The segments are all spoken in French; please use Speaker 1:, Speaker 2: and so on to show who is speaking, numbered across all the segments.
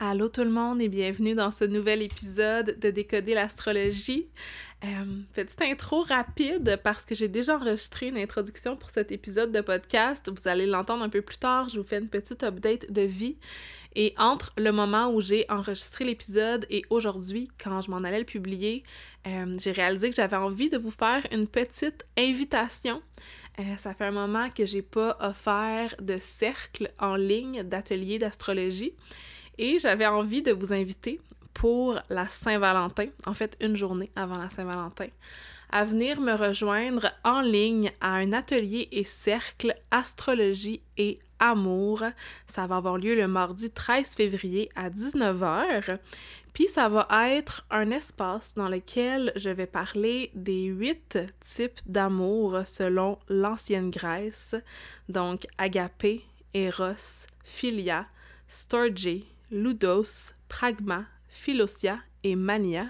Speaker 1: Allô tout le monde et bienvenue dans ce nouvel épisode de Décoder l'astrologie. Petite intro rapide parce que j'ai déjà enregistré une introduction pour cet épisode de podcast. Vous allez l'entendre un peu plus tard, je vous fais une petite update de vie. Et entre le moment où j'ai enregistré l'épisode et aujourd'hui, quand je m'en allais le publier, j'ai réalisé que j'avais envie de vous faire une petite invitation. Ça fait un moment que j'ai pas offert de cercle en ligne d'atelier d'astrologie. Et j'avais envie de vous inviter pour la Saint-Valentin, en fait une journée avant la Saint-Valentin, à venir me rejoindre en ligne à un atelier et cercle astrologie et amour. Ça va avoir lieu le mardi 13 février à 19h. Puis ça va être un espace dans lequel je vais parler des 8 types d'amour selon l'ancienne Grèce, donc agapé, éros, philia, storgé, Ludos, Pragma, Philosia et Mania.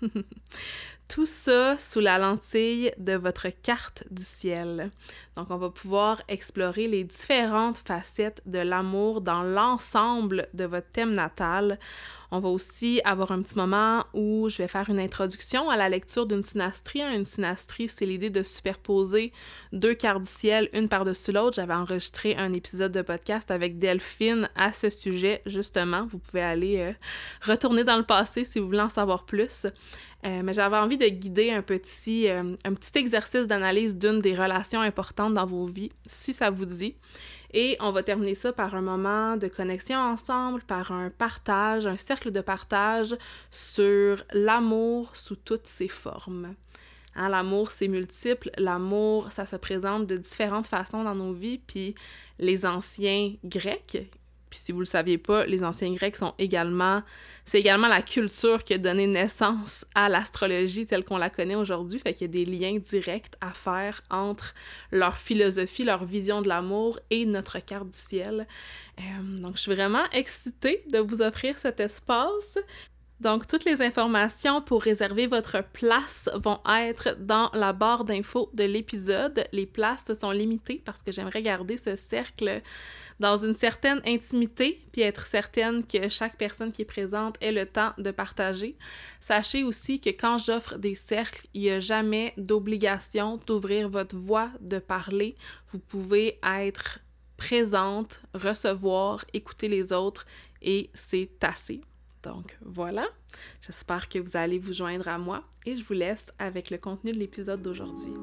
Speaker 1: Tout ça sous la lentille de votre carte du ciel. Donc, on va pouvoir explorer les différentes facettes de l'amour dans l'ensemble de votre thème natal. On va aussi avoir un petit moment où je vais faire une introduction à la lecture d'une synastrie. Une synastrie, c'est l'idée de superposer 2 cartes du ciel, une par-dessus l'autre. J'avais enregistré un épisode de podcast avec Delphine à ce sujet, justement. Vous pouvez aller retourner dans le passé si vous voulez en savoir plus. Mais j'avais envie de guider un petit exercice d'analyse d'une des relations importantes dans vos vies, si ça vous dit. Et on va terminer ça par un moment de connexion ensemble, par un partage, un cercle de partage sur l'amour sous toutes ses formes. Hein, l'amour, c'est multiple. L'amour, ça se présente de différentes façons dans nos vies. Puis les anciens Grecs, puis si vous le saviez pas, les anciens Grecs c'est également la culture qui a donné naissance à l'astrologie telle qu'on la connaît aujourd'hui. Fait qu'il y a des liens directs à faire entre leur philosophie, leur vision de l'amour et notre carte du ciel. Donc, je suis vraiment excitée de vous offrir cet espace. Donc, toutes les informations pour réserver votre place vont être dans la barre d'infos de l'épisode. Les places sont limitées parce que j'aimerais garder ce cercle dans une certaine intimité, puis être certaine que chaque personne qui est présente ait le temps de partager. Sachez aussi que quand j'offre des cercles, il n'y a jamais d'obligation d'ouvrir votre voix, de parler. Vous pouvez être présente, recevoir, écouter les autres, et c'est assez. Donc voilà, j'espère que vous allez vous joindre à moi et je vous laisse avec le contenu de l'épisode d'aujourd'hui.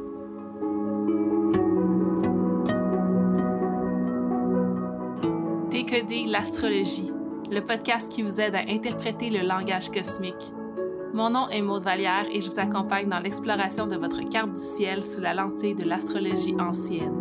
Speaker 1: Décoder l'astrologie, le podcast qui vous aide à interpréter le langage cosmique. Mon nom est Maude Vallière et je vous accompagne dans l'exploration de votre carte du ciel sous la lentille de l'astrologie ancienne.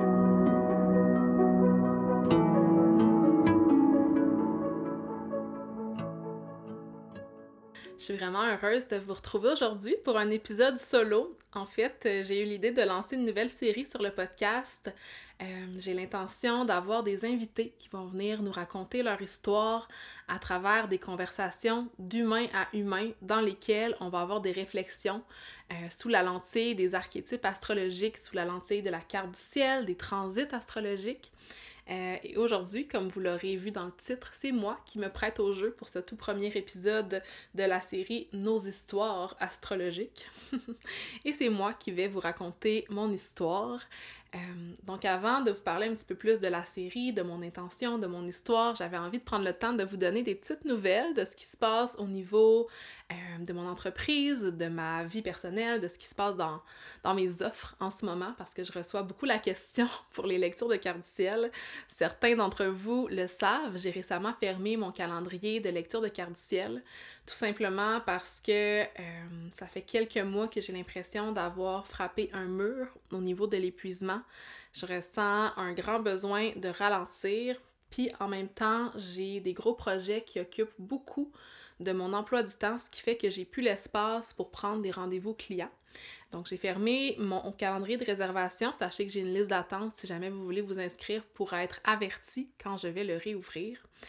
Speaker 1: Je suis vraiment heureuse de vous retrouver aujourd'hui pour un épisode solo. En fait, j'ai eu l'idée de lancer une nouvelle série sur le podcast. J'ai l'intention d'avoir des invités qui vont venir nous raconter leur histoire à travers des conversations d'humain à humain dans lesquelles on va avoir des réflexions sous la lentille des archétypes astrologiques, sous la lentille de la carte du ciel, des transits astrologiques. Et aujourd'hui, comme vous l'aurez vu dans le titre, c'est moi qui me prête au jeu pour ce tout premier épisode de la série Nos histoires astrologiques. Et c'est moi qui vais vous raconter mon histoire. Donc avant de vous parler un petit peu plus de la série, de mon intention, de mon histoire, j'avais envie de prendre le temps de vous donner des petites nouvelles de ce qui se passe au niveau de mon entreprise, de ma vie personnelle, de ce qui se passe dans mes offres en ce moment, parce que je reçois beaucoup la question pour les lectures de cartes du ciel. Certains d'entre vous le savent, j'ai récemment fermé mon calendrier de lecture de cartes du ciel, tout simplement parce que ça fait quelques mois que j'ai l'impression d'avoir frappé un mur au niveau de l'épuisement. Je ressens un grand besoin de ralentir, puis en même temps, j'ai des gros projets qui occupent beaucoup de mon emploi du temps, ce qui fait que j'ai plus l'espace pour prendre des rendez-vous clients. Donc, j'ai fermé mon calendrier de réservation. Sachez que j'ai une liste d'attente si jamais vous voulez vous inscrire pour être averti quand je vais le réouvrir.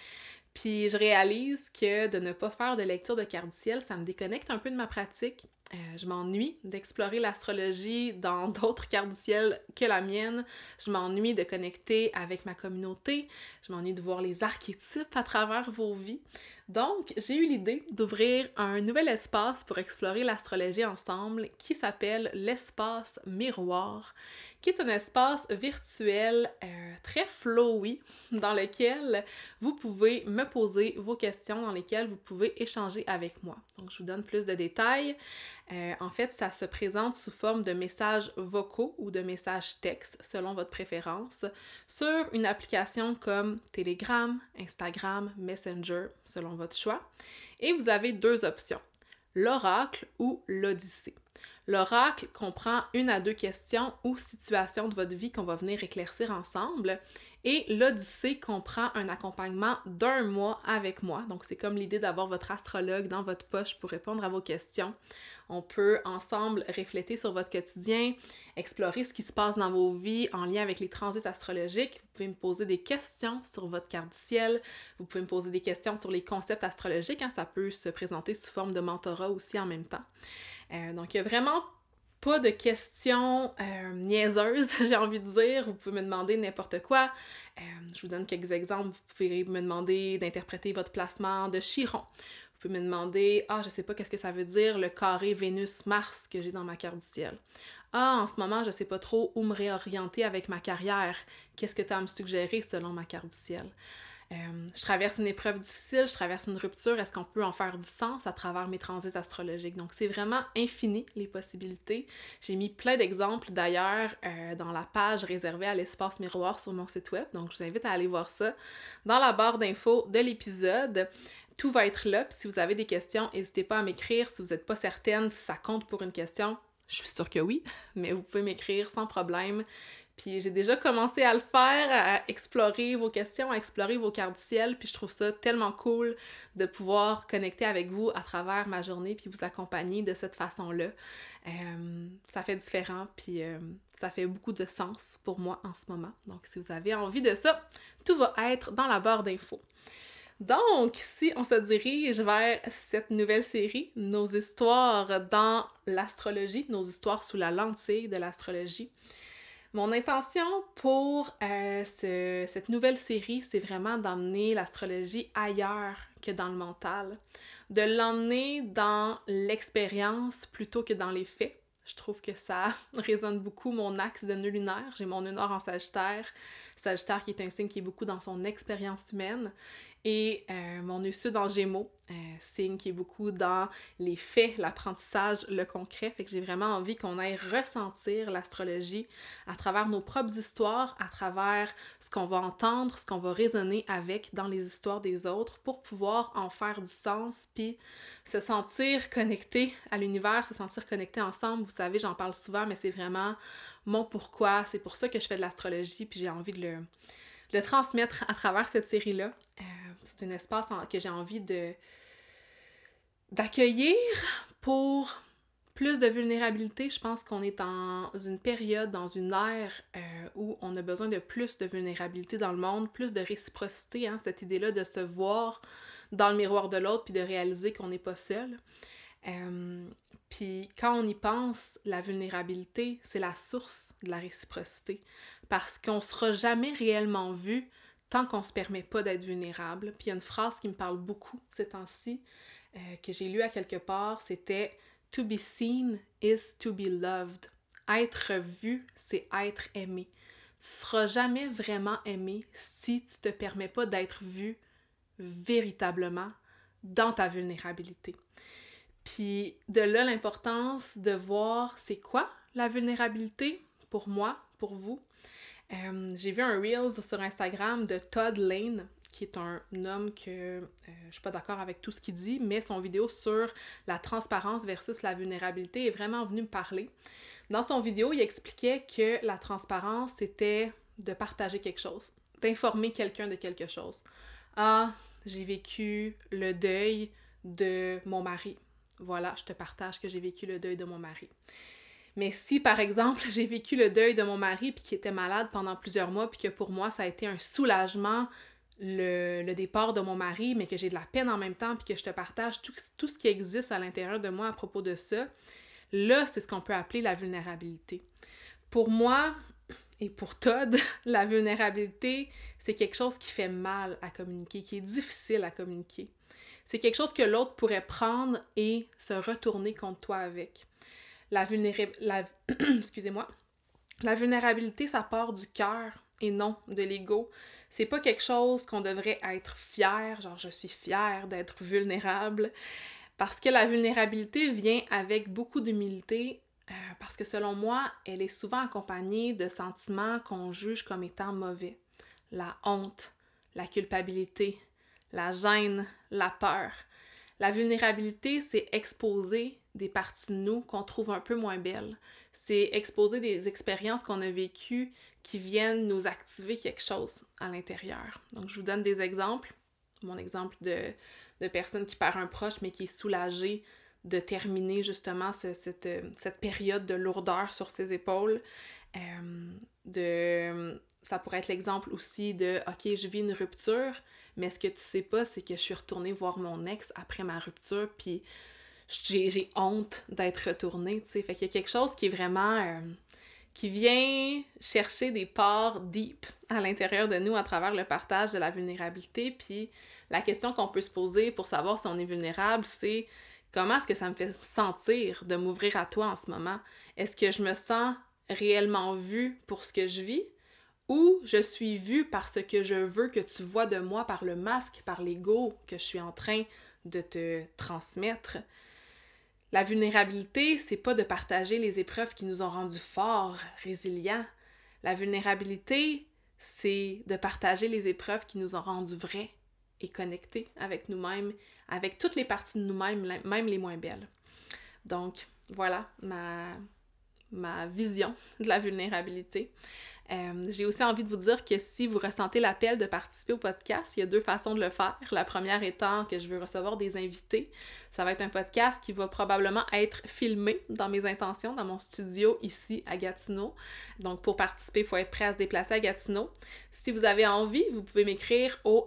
Speaker 1: Puis je réalise que de ne pas faire de lecture de carte du ciel, ça me déconnecte un peu de ma pratique. Je m'ennuie d'explorer l'astrologie dans d'autres cartes du ciel que la mienne. Je m'ennuie de connecter avec ma communauté. Je m'ennuie de voir les archétypes à travers vos vies. Donc, j'ai eu l'idée d'ouvrir un nouvel espace pour explorer l'astrologie ensemble qui s'appelle l'espace miroir, qui est un espace virtuel très flowy dans lequel vous pouvez me poser vos questions, dans lesquelles vous pouvez échanger avec moi. Donc, je vous donne plus de détails. En fait, ça se présente sous forme de messages vocaux ou de messages textes, selon votre préférence, sur une application comme Telegram, Instagram, Messenger, selon votre choix. Et vous avez deux options, l'oracle ou l'odyssée. L'oracle comprend 1 à 2 questions ou situations de votre vie qu'on va venir éclaircir ensemble. Et l'Odyssée comprend un accompagnement d'1 mois avec moi. Donc, c'est comme l'idée d'avoir votre astrologue dans votre poche pour répondre à vos questions. On peut ensemble refléter sur votre quotidien, explorer ce qui se passe dans vos vies en lien avec les transits astrologiques. Vous pouvez me poser des questions sur votre carte du ciel. Vous pouvez me poser des questions sur les concepts astrologiques. Ça peut se présenter sous forme de mentorat aussi en même temps. Donc, il y a vraiment pas de questions niaiseuses, j'ai envie de dire. Vous pouvez me demander n'importe quoi. Je vous donne quelques exemples. Vous pouvez me demander d'interpréter votre placement de Chiron. Vous pouvez me demander, je sais pas qu'est-ce que ça veut dire, le carré Vénus-Mars que j'ai dans ma carte du ciel. En ce moment, je sais pas trop où me réorienter avec ma carrière. Qu'est-ce que tu as à me suggérer selon ma carte du ciel? Je traverse une épreuve difficile, je traverse une rupture, est-ce qu'on peut en faire du sens à travers mes transits astrologiques? Donc c'est vraiment infini les possibilités. J'ai mis plein d'exemples d'ailleurs dans la page réservée à l'espace miroir sur mon site web, donc je vous invite à aller voir ça dans la barre d'infos de l'épisode. Tout va être là, puis si vous avez des questions, n'hésitez pas à m'écrire si vous n'êtes pas certaine si ça compte pour une question. Je suis sûre que oui, mais vous pouvez m'écrire sans problème. Puis j'ai déjà commencé à le faire, à explorer vos questions, à explorer vos cartes du ciel, puis je trouve ça tellement cool de pouvoir connecter avec vous à travers ma journée, puis vous accompagner de cette façon-là. Ça fait différent, puis ça fait beaucoup de sens pour moi en ce moment. Donc si vous avez envie de ça, tout va être dans la barre d'infos. Donc, si on se dirige vers cette nouvelle série, nos histoires dans l'astrologie, nos histoires sous la lentille de l'astrologie, mon intention pour cette nouvelle série, c'est vraiment d'emmener l'astrologie ailleurs que dans le mental, de l'emmener dans l'expérience plutôt que dans les faits. Je trouve que ça résonne beaucoup mon axe de nœud lunaire. J'ai mon nœud nord en Sagittaire. Sagittaire qui est un signe qui est beaucoup dans son expérience humaine. Et mon nœud sud en Gémeaux, signe qui est beaucoup dans les faits, l'apprentissage, le concret. Fait que j'ai vraiment envie qu'on aille ressentir l'astrologie à travers nos propres histoires, à travers ce qu'on va entendre, ce qu'on va raisonner avec dans les histoires des autres pour pouvoir en faire du sens, puis se sentir connecté à l'univers, se sentir connecté ensemble. Vous savez, j'en parle souvent, mais c'est vraiment mon pourquoi. C'est pour ça que je fais de l'astrologie, puis j'ai envie de le transmettre à travers cette série-là. C'est un espace que j'ai envie d'accueillir pour plus de vulnérabilité. Je pense qu'on est dans une période, dans une ère où on a besoin de plus de vulnérabilité dans le monde, plus de réciprocité, cette idée-là de se voir dans le miroir de l'autre puis de réaliser qu'on n'est pas seul. Puis quand on y pense, la vulnérabilité, c'est la source de la réciprocité parce qu'on ne sera jamais réellement vu tant qu'on ne se permet pas d'être vulnérable. Puis il y a une phrase qui me parle beaucoup ces temps-ci, que j'ai lue à quelque part, c'était « To be seen is to be loved ». Être vu, c'est être aimé. Tu ne seras jamais vraiment aimé si tu ne te permets pas d'être vu véritablement dans ta vulnérabilité. Puis de là, l'importance de voir c'est quoi la vulnérabilité pour moi, pour vous. J'ai vu un Reels sur Instagram de Todd Lane, qui est un homme que je suis pas d'accord avec tout ce qu'il dit, mais son vidéo sur la transparence versus la vulnérabilité est vraiment venu me parler. Dans son vidéo, il expliquait que la transparence, c'était de partager quelque chose, d'informer quelqu'un de quelque chose. J'ai vécu le deuil de mon mari. Voilà, je te partage que j'ai vécu le deuil de mon mari. Mais si, par exemple, j'ai vécu le deuil de mon mari puis qui était malade pendant plusieurs mois puis que pour moi, ça a été un soulagement le départ de mon mari, mais que j'ai de la peine en même temps, puis que je te partage tout ce qui existe à l'intérieur de moi à propos de ça, là, c'est ce qu'on peut appeler la vulnérabilité. Pour moi, et pour Todd, la vulnérabilité, c'est quelque chose qui fait mal à communiquer, qui est difficile à communiquer. C'est quelque chose que l'autre pourrait prendre et se retourner contre toi avec. Excusez-moi. La vulnérabilité, ça part du cœur et non de l'ego. C'est pas quelque chose qu'on devrait être fier, genre je suis fière d'être vulnérable, parce que la vulnérabilité vient avec beaucoup d'humilité, parce que selon moi, elle est souvent accompagnée de sentiments qu'on juge comme étant mauvais. La honte, la culpabilité, la gêne, la peur. La vulnérabilité, c'est exposer des parties de nous qu'on trouve un peu moins belles. C'est exposer des expériences qu'on a vécues qui viennent nous activer quelque chose à l'intérieur. Donc, je vous donne des exemples. Mon exemple de personne qui perd un proche, mais qui est soulagée de terminer justement cette période de lourdeur sur ses épaules. Ça pourrait être l'exemple aussi de « Ok, je vis une rupture, mais ce que tu sais pas, c'est que je suis retournée voir mon ex après ma rupture, puis j'ai honte d'être retournée, tu sais. » Fait qu'il y a quelque chose qui est vraiment... qui vient chercher des parts deep à l'intérieur de nous à travers le partage de la vulnérabilité. Puis la question qu'on peut se poser pour savoir si on est vulnérable, c'est comment est-ce que ça me fait sentir de m'ouvrir à toi en ce moment? Est-ce que je me sens réellement vue pour ce que je vis? Ou je suis vue par ce que je veux que tu vois de moi, par le masque, par l'ego que je suis en train de te transmettre? La vulnérabilité, c'est pas de partager les épreuves qui nous ont rendus forts, résilients. La vulnérabilité, c'est de partager les épreuves qui nous ont rendus vrais et connectés avec nous-mêmes, avec toutes les parties de nous-mêmes, même les moins belles. Donc, voilà ma vision de la vulnérabilité. J'ai aussi envie de vous dire que si vous ressentez l'appel de participer au podcast, il y a 2 façons de le faire. La première étant que je veux recevoir des invités. Ça va être un podcast qui va probablement être filmé dans mes intentions, dans mon studio ici à Gatineau. Donc pour participer, il faut être prêt à se déplacer à Gatineau. Si vous avez envie, vous pouvez m'écrire au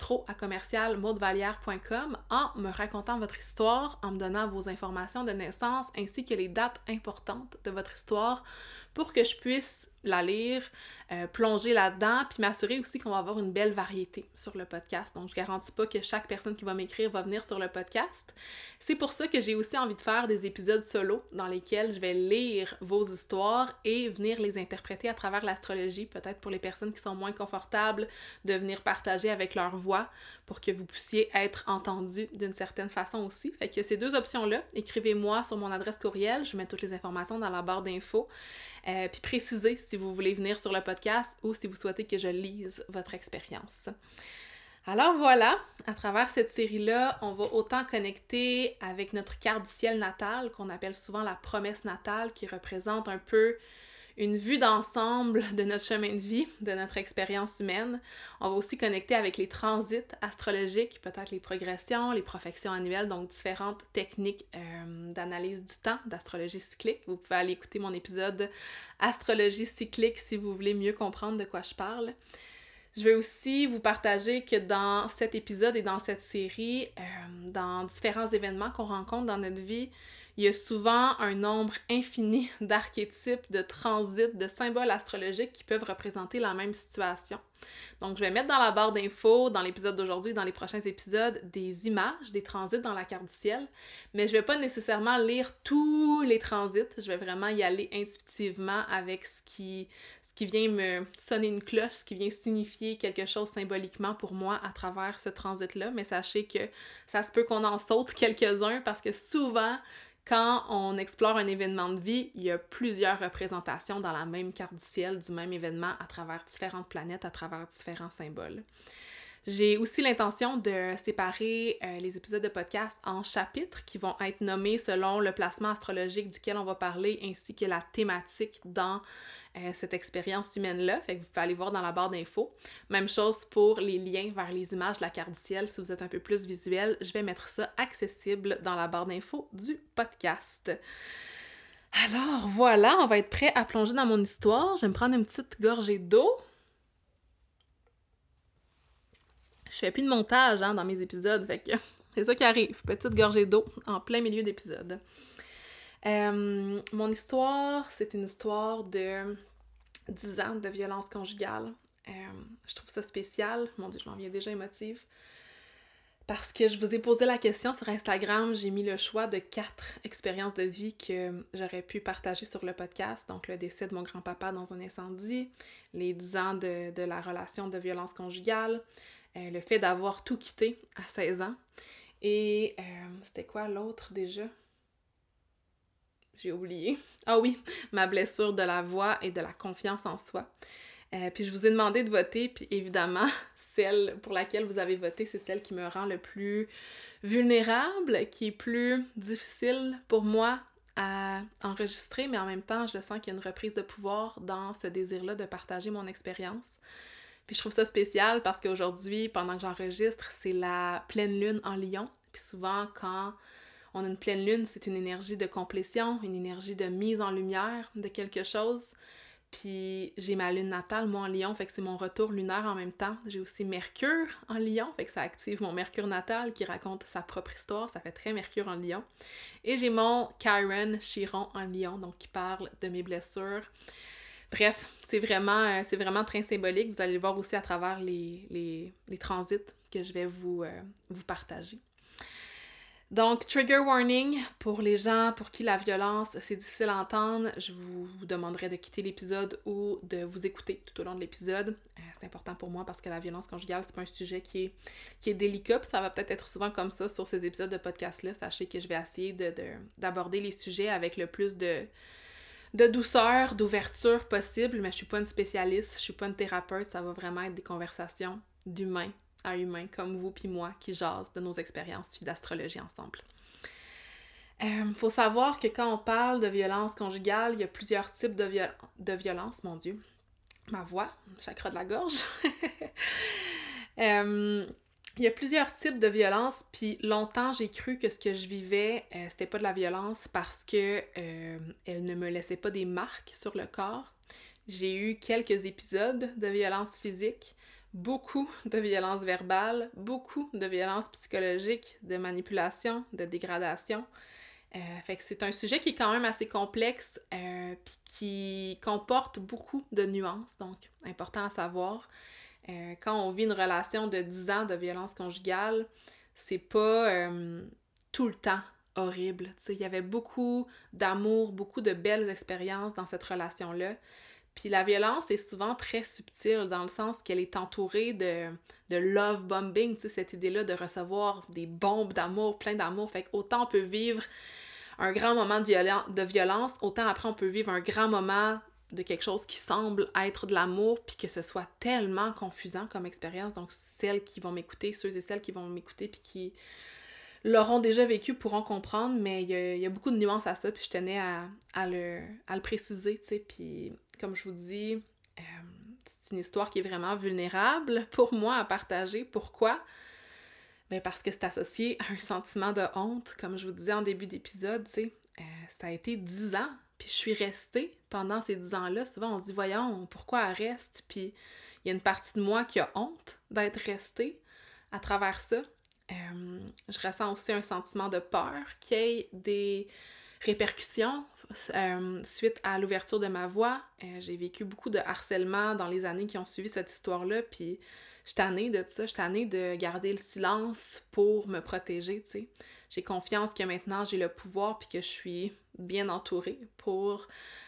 Speaker 1: astro@maudevalière.com en me racontant votre histoire, en me donnant vos informations de naissance ainsi que les dates importantes de votre histoire pour que je puisse la lire, plonger là-dedans, puis m'assurer aussi qu'on va avoir une belle variété sur le podcast. Donc, je garantis pas que chaque personne qui va m'écrire va venir sur le podcast. C'est pour ça que j'ai aussi envie de faire des épisodes solo dans lesquels je vais lire vos histoires et venir les interpréter à travers l'astrologie, peut-être pour les personnes qui sont moins confortables de venir partager avec leur voix pour que vous puissiez être entendus d'une certaine façon aussi. Fait que ces 2 options-là, écrivez-moi sur mon adresse courriel, je mets toutes les informations dans la barre d'infos. Puis précisez si vous voulez venir sur le podcast ou si vous souhaitez que je lise votre expérience. Alors voilà, à travers cette série-là, on va autant connecter avec notre carte du ciel natale, qu'on appelle souvent la promesse natale, qui représente un peu une vue d'ensemble de notre chemin de vie, de notre expérience humaine. On va aussi connecter avec les transits astrologiques, peut-être les progressions, les profections annuelles, donc différentes techniques d'analyse du temps, d'astrologie cyclique. Vous pouvez aller écouter mon épisode Astrologie cyclique si vous voulez mieux comprendre de quoi je parle. Je vais aussi vous partager que dans cet épisode et dans cette série, dans différents événements qu'on rencontre dans notre vie, il y a souvent un nombre infini d'archétypes, de transits, de symboles astrologiques qui peuvent représenter la même situation. Donc, je vais mettre dans la barre d'infos, dans l'épisode d'aujourd'hui, dans les prochains épisodes, des images, des transits dans la carte du ciel, mais je vais pas nécessairement lire tous les transits, je vais vraiment y aller intuitivement avec ce qui vient me sonner une cloche, ce qui vient signifier quelque chose symboliquement pour moi à travers ce transit-là, mais sachez que ça se peut qu'on en saute quelques-uns parce que souvent, quand on explore un événement de vie, il y a plusieurs représentations dans la même carte du ciel du même événement à travers différentes planètes, à travers différents symboles. J'ai aussi l'intention de séparer les épisodes de podcast en chapitres qui vont être nommés selon le placement astrologique duquel on va parler ainsi que la thématique dans cette expérience humaine-là. Fait que vous pouvez aller voir dans la barre d'infos. Même chose pour les liens vers les images de la carte du ciel. Si vous êtes un peu plus visuel, je vais mettre ça accessible dans la barre d'infos du podcast. Alors voilà, on va être prêt à plonger dans mon histoire. Je vais me prendre une petite gorgée d'eau. Je fais plus de montage dans mes épisodes, fait que c'est ça qui arrive. Petite gorgée d'eau en plein milieu d'épisode. Mon histoire, c'est une histoire de 10 ans de violence conjugale. Je trouve ça spécial. Mon Dieu, je m'en viens déjà émotive. Parce que je vous ai posé la question sur Instagram, j'ai mis le choix de 4 expériences de vie que j'aurais pu partager sur le podcast. Donc, le décès de mon grand-papa dans un incendie, les 10 ans de la relation de violence conjugale, le fait d'avoir tout quitté à 16 ans. Et c'était quoi l'autre déjà? J'ai oublié. Ah oui, ma blessure de la voix et de la confiance en soi. Puis je vous ai demandé de voter, puis évidemment, celle pour laquelle vous avez voté, c'est celle qui me rend le plus vulnérable, qui est plus difficile pour moi à enregistrer, mais en même temps, je sens qu'il y a une reprise de pouvoir dans ce désir-là de partager mon expérience. Puis je trouve ça spécial parce qu'aujourd'hui, pendant que j'enregistre, c'est la pleine lune en Lion. Puis souvent, quand on a une pleine lune, c'est une énergie de complétion, une énergie de mise en lumière de quelque chose. Puis j'ai ma lune natale, moi, en Lion, fait que c'est mon retour lunaire en même temps. J'ai aussi Mercure en Lion, fait que ça active mon Mercure natal qui raconte sa propre histoire, ça fait très Mercure en Lion. Et j'ai mon Chiron Chiron en Lion, donc qui parle de mes blessures. Bref, c'est vraiment très symbolique. Vous allez le voir aussi à travers les transits que je vais vous partager. Donc, trigger warning pour les gens pour qui la violence, c'est difficile à entendre. Je vous demanderai de quitter l'épisode ou de vous écouter tout au long de l'épisode. C'est important pour moi parce que la violence conjugale, c'est pas un sujet qui est délicat. Puis ça va peut-être être souvent comme ça sur ces épisodes de podcast-là. Sachez que je vais essayer d'aborder les sujets avec le plus de douceur, d'ouverture possible. Mais je suis pas une spécialiste, je suis pas une thérapeute. Ça va vraiment être des conversations d'humains à humain, comme vous puis moi, qui jasent de nos expériences puis d'astrologie ensemble. Faut savoir que quand on parle de violence conjugale, il y a plusieurs types de violence, mon Dieu. Ma voix, chakra de la gorge. Il y a plusieurs types de violence, puis longtemps, j'ai cru que ce que je vivais, c'était pas de la violence parce que elle ne me laissait pas des marques sur le corps. J'ai eu quelques épisodes de violence physique, beaucoup de violence verbale, beaucoup de violence psychologique, de manipulation, de dégradation. Fait que c'est un sujet qui est quand même assez complexe puis qui comporte beaucoup de nuances, donc important à savoir. Quand on vit une relation de 10 ans de violence conjugale, c'est pas tout le temps horrible. T'sais, il y avait beaucoup d'amour, beaucoup de belles expériences dans cette relation-là. Puis la violence est souvent très subtile dans le sens qu'elle est entourée de love bombing, tu sais, cette idée-là de recevoir des bombes d'amour, plein d'amour. Fait qu'autant on peut vivre un grand moment de violence, autant après on peut vivre un grand moment de quelque chose qui semble être de l'amour, puis que ce soit tellement confusant comme expérience. Donc celles qui vont m'écouter, ceux et celles qui vont m'écouter, puis qui l'auront déjà vécu pourront comprendre, mais il y a beaucoup de nuances à ça, puis je tenais à le préciser, tu sais, puis comme je vous dis, c'est une histoire qui est vraiment vulnérable pour moi à partager. Pourquoi? Ben parce que c'est associé à un sentiment de honte, comme je vous disais en début d'épisode, tu sais, ça a été 10 ans, puis je suis restée pendant ces 10 ans-là. Souvent, on se dit, voyons, pourquoi elle reste? Puis il y a une partie de moi qui a honte d'être restée à travers ça. Je ressens aussi un sentiment de peur qu'il y ait des répercussions suite à l'ouverture de ma voix. J'ai vécu beaucoup de harcèlement dans les années qui ont suivi cette histoire-là, puis je suis tannée de ça, je suis tannée de garder le silence pour me protéger, tu sais. J'ai confiance que maintenant j'ai le pouvoir puis que je suis bien entourée pour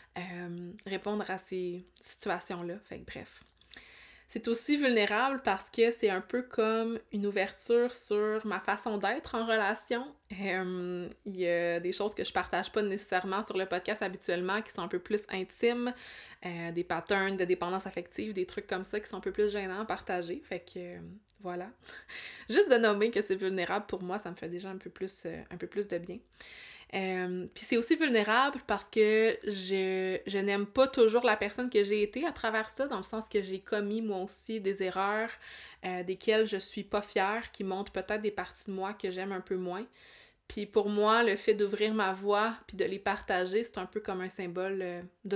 Speaker 1: répondre à ces situations-là. Fait que bref. C'est aussi vulnérable parce que c'est un peu comme une ouverture sur ma façon d'être en relation. Il y a des choses que je partage pas nécessairement sur le podcast habituellement, qui sont un peu plus intimes, des patterns de dépendance affective, des trucs comme ça qui sont un peu plus gênants à partager. Fait que voilà. Juste de nommer que c'est vulnérable pour moi, ça me fait déjà un peu plus de bien. Puis c'est aussi vulnérable parce que je n'aime pas toujours la personne que j'ai été à travers ça, dans le sens que j'ai commis moi aussi des erreurs desquelles je suis pas fière, qui montrent peut-être des parties de moi que j'aime un peu moins. Puis pour moi, le fait d'ouvrir ma voix puis de les partager, c'est un peu comme un symbole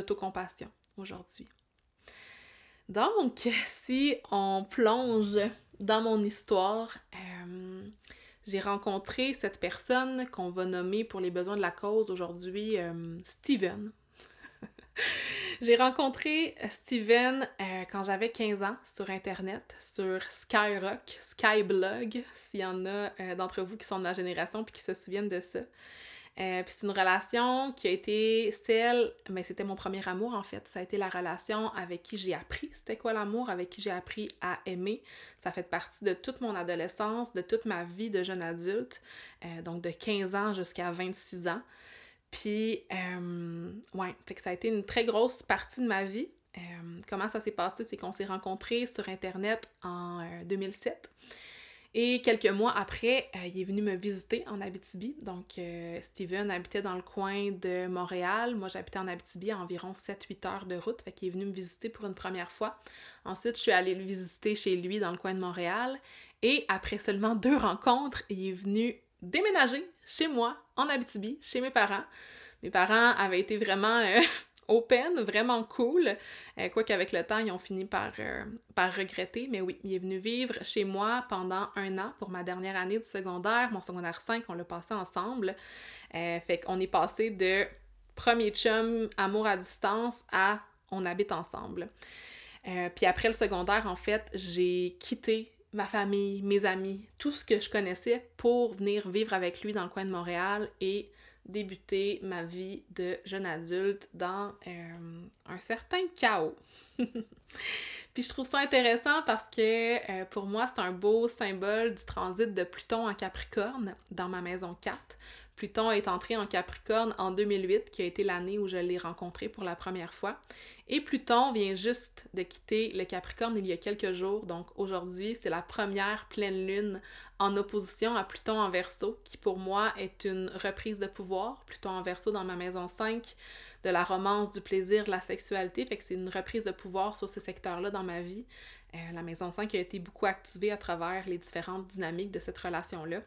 Speaker 1: d'autocompassion aujourd'hui. Donc, si on plonge dans mon histoire, j'ai rencontré cette personne qu'on va nommer pour les besoins de la cause aujourd'hui Steven. J'ai rencontré Steven quand j'avais 15 ans sur Internet, sur Skyrock, Skyblog, s'il y en a d'entre vous qui sont de ma génération puis qui se souviennent de ça. Puis c'est une relation qui a été mais c'était mon premier amour en fait. Ça a été la relation avec qui j'ai appris c'était quoi l'amour, avec qui j'ai appris à aimer. Ça fait partie de toute mon adolescence, de toute ma vie de jeune adulte, donc de 15 ans jusqu'à 26 ans. Puis, fait que ça a été une très grosse partie de ma vie. Comment ça s'est passé? C'est qu'on s'est rencontrés sur Internet en 2007. Et quelques mois après, il est venu me visiter en Abitibi. Donc, Steven habitait dans le coin de Montréal. Moi, j'habitais en Abitibi à environ 7-8 heures de route. Fait qu'il est venu me visiter pour une première fois. Ensuite, je suis allée le visiter chez lui dans le coin de Montréal. Et après seulement 2 rencontres, il est venu déménager chez moi, en Abitibi, chez mes parents. Mes parents avaient été vraiment open, vraiment cool. Quoi qu'avec le temps, ils ont fini par regretter. Mais oui, il est venu vivre chez moi pendant 1 an pour ma dernière année de secondaire. Mon secondaire 5, on l'a passé ensemble. Fait qu'on est passé de premier chum, amour à distance, à on habite ensemble. Puis après le secondaire, en fait, j'ai quitté ma famille, mes amis, tout ce que je connaissais pour venir vivre avec lui dans le coin de Montréal et débuter ma vie de jeune adulte dans un certain chaos. Puis je trouve ça intéressant parce que pour moi, c'est un beau symbole du transit de Pluton en Capricorne dans ma maison 4. Pluton est entré en Capricorne en 2008, qui a été l'année où je l'ai rencontré pour la première fois. Et Pluton vient juste de quitter le Capricorne il y a quelques jours. Donc aujourd'hui, c'est la première pleine lune en opposition à Pluton en Verseau, qui pour moi est une reprise de pouvoir. Pluton en Verseau dans ma maison 5, de la romance, du plaisir, de la sexualité. Fait que c'est une reprise de pouvoir sur ces secteurs-là dans ma vie. La maison 5 a été beaucoup activée à travers les différentes dynamiques de cette relation-là.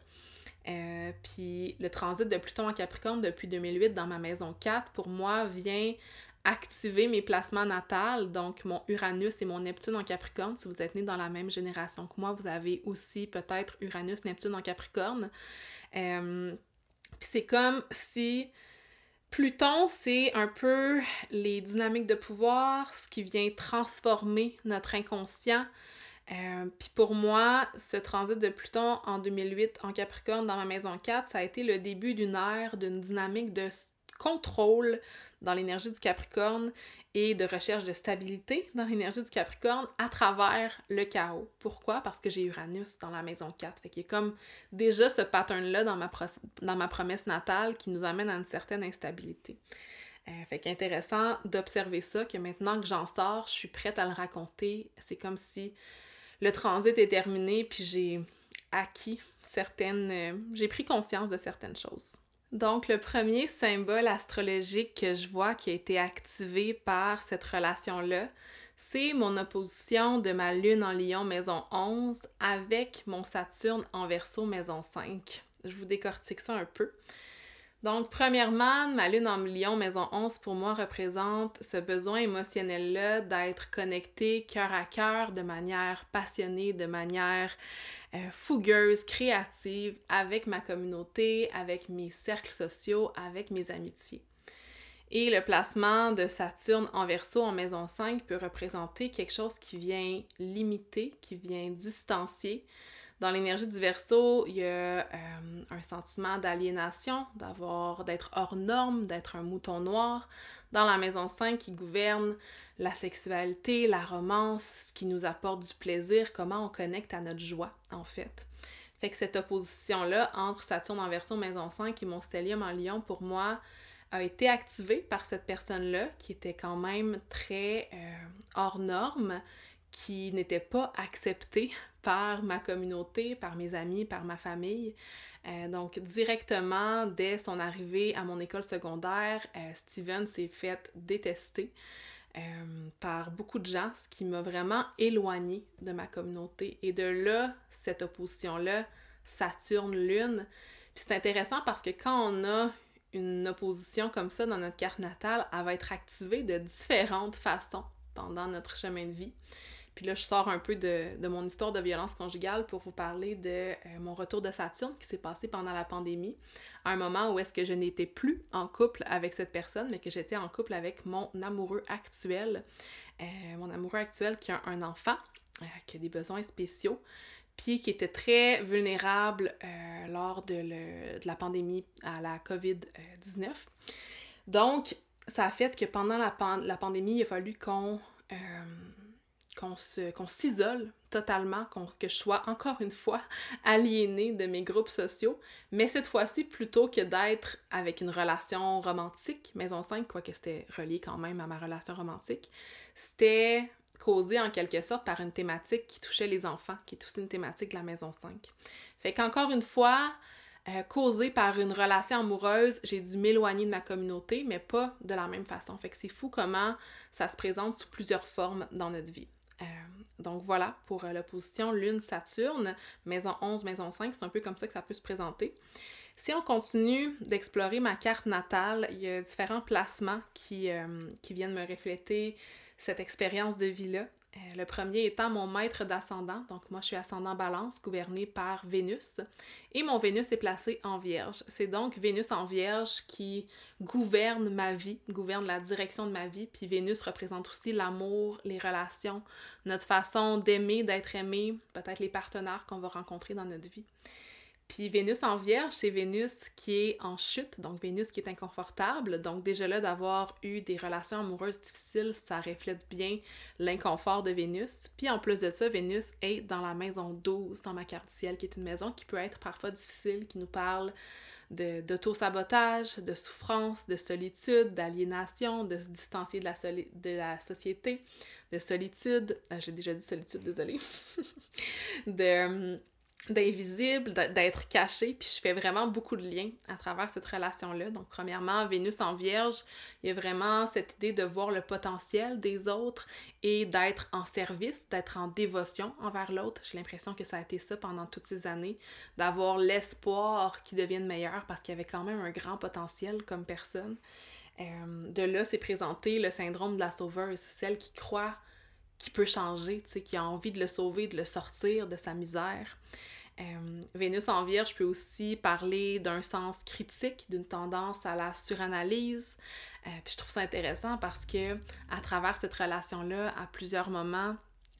Speaker 1: Puis le transit de Pluton en Capricorne depuis 2008 dans ma maison 4, pour moi, vient activer mes placements natals, donc mon Uranus et mon Neptune en Capricorne. Si vous êtes né dans la même génération que moi, vous avez aussi peut-être Uranus, Neptune en Capricorne. Puis c'est comme si Pluton, c'est un peu les dynamiques de pouvoir, ce qui vient transformer notre inconscient. Puis pour moi, ce transit de Pluton en 2008 en Capricorne dans ma maison 4, ça a été le début d'une ère, d'une dynamique de contrôle dans l'énergie du Capricorne et de recherche de stabilité dans l'énergie du Capricorne à travers le chaos. Pourquoi? Parce que j'ai Uranus dans la maison 4. Fait qu'il y a comme déjà ce pattern-là dans ma promesse natale qui nous amène à une certaine instabilité. Fait qu'intéressant d'observer ça, que maintenant que j'en sors, je suis prête à le raconter. C'est comme si le transit est terminé, puis j'ai acquis j'ai pris conscience de certaines choses. Donc, le premier symbole astrologique que je vois qui a été activé par cette relation-là, c'est mon opposition de ma lune en Lion, maison 11, avec mon Saturne en Verseau, maison 5. Je vous décortique ça un peu. Donc, premièrement, ma lune en Lion, maison 11, pour moi, représente ce besoin émotionnel-là d'être connecté cœur à cœur, de manière passionnée, de manière fougueuse, créative, avec ma communauté, avec mes cercles sociaux, avec mes amitiés. Et le placement de Saturne en Verseau en maison 5 peut représenter quelque chose qui vient limiter, qui vient distancier. Dans l'énergie du Verseau, il y a un sentiment d'aliénation, d'être hors norme, d'être un mouton noir. Dans la maison 5 qui gouverne la sexualité, la romance, ce qui nous apporte du plaisir, comment on connecte à notre joie, en fait. Fait que cette opposition-là entre Saturne en Verseau, maison 5 et mon stellium en Lion, pour moi, a été activée par cette personne-là qui était quand même très hors norme, qui n'était pas acceptée par ma communauté, par mes amis, par ma famille. Donc, directement, dès son arrivée à mon école secondaire, Steven s'est fait détester par beaucoup de gens, ce qui m'a vraiment éloignée de ma communauté. Et de là, cette opposition-là, Saturne-Lune. Puis c'est intéressant parce que quand on a une opposition comme ça dans notre carte natale, elle va être activée de différentes façons pendant notre chemin de vie. Puis là, je sors un peu de mon histoire de violence conjugale pour vous parler de mon retour de Saturne qui s'est passé pendant la pandémie, à un moment où est-ce que je n'étais plus en couple avec cette personne, mais que j'étais en couple avec mon amoureux actuel. Mon amoureux actuel qui a un enfant, qui a des besoins spéciaux, puis qui était très vulnérable lors de la pandémie à la COVID-19. Donc, ça a fait que pendant la pandémie, il a fallu qu'on s'isole totalement, que je sois encore une fois aliénée de mes groupes sociaux, mais cette fois-ci, plutôt que d'être avec une relation romantique, Maison 5, quoique c'était relié quand même à ma relation romantique, c'était causé en quelque sorte par une thématique qui touchait les enfants, qui est aussi une thématique de la Maison 5. Fait qu'encore une fois, causé par une relation amoureuse, j'ai dû m'éloigner de ma communauté, mais pas de la même façon. Fait que c'est fou comment ça se présente sous plusieurs formes dans notre vie. Donc voilà, pour l'opposition Lune-Saturne, Maison 11, Maison 5, c'est un peu comme ça que ça peut se présenter. Si on continue d'explorer ma carte natale, il y a différents placements qui viennent me refléter cette expérience de vie-là. Le premier étant mon maître d'ascendant, donc moi je suis ascendant Balance, gouverné par Vénus, et mon Vénus est placé en Vierge. C'est donc Vénus en Vierge qui gouverne ma vie, gouverne la direction de ma vie, puis Vénus représente aussi l'amour, les relations, notre façon d'aimer, d'être aimé, peut-être les partenaires qu'on va rencontrer dans notre vie. Puis Vénus en Vierge, c'est Vénus qui est en chute, donc Vénus qui est inconfortable. Donc déjà là, d'avoir eu des relations amoureuses difficiles, ça reflète bien l'inconfort de Vénus. Puis en plus de ça, Vénus est dans la maison 12 dans ma carte du ciel, qui est une maison qui peut être parfois difficile, qui nous parle d'auto-sabotage, de souffrance, de solitude, d'aliénation, de se distancier de la société, de solitude. J'ai déjà dit solitude, désolée. D'invisible, d'être caché, puis je fais vraiment beaucoup de liens à travers cette relation-là. Donc, premièrement, Vénus en Vierge, il y a vraiment cette idée de voir le potentiel des autres et d'être en service, d'être en dévotion envers l'autre. J'ai l'impression que ça a été ça pendant toutes ces années, d'avoir l'espoir qu'il devienne meilleur parce qu'il y avait quand même un grand potentiel comme personne. De là, c'est présenté le syndrome de la sauveuse, celle qui croit qui peut changer, tu sais, qui a envie de le sauver, de le sortir de sa misère. Vénus en Vierge peut aussi parler d'un sens critique, d'une tendance à la suranalyse. Puis je trouve ça intéressant parce que à travers cette relation-là, à plusieurs moments,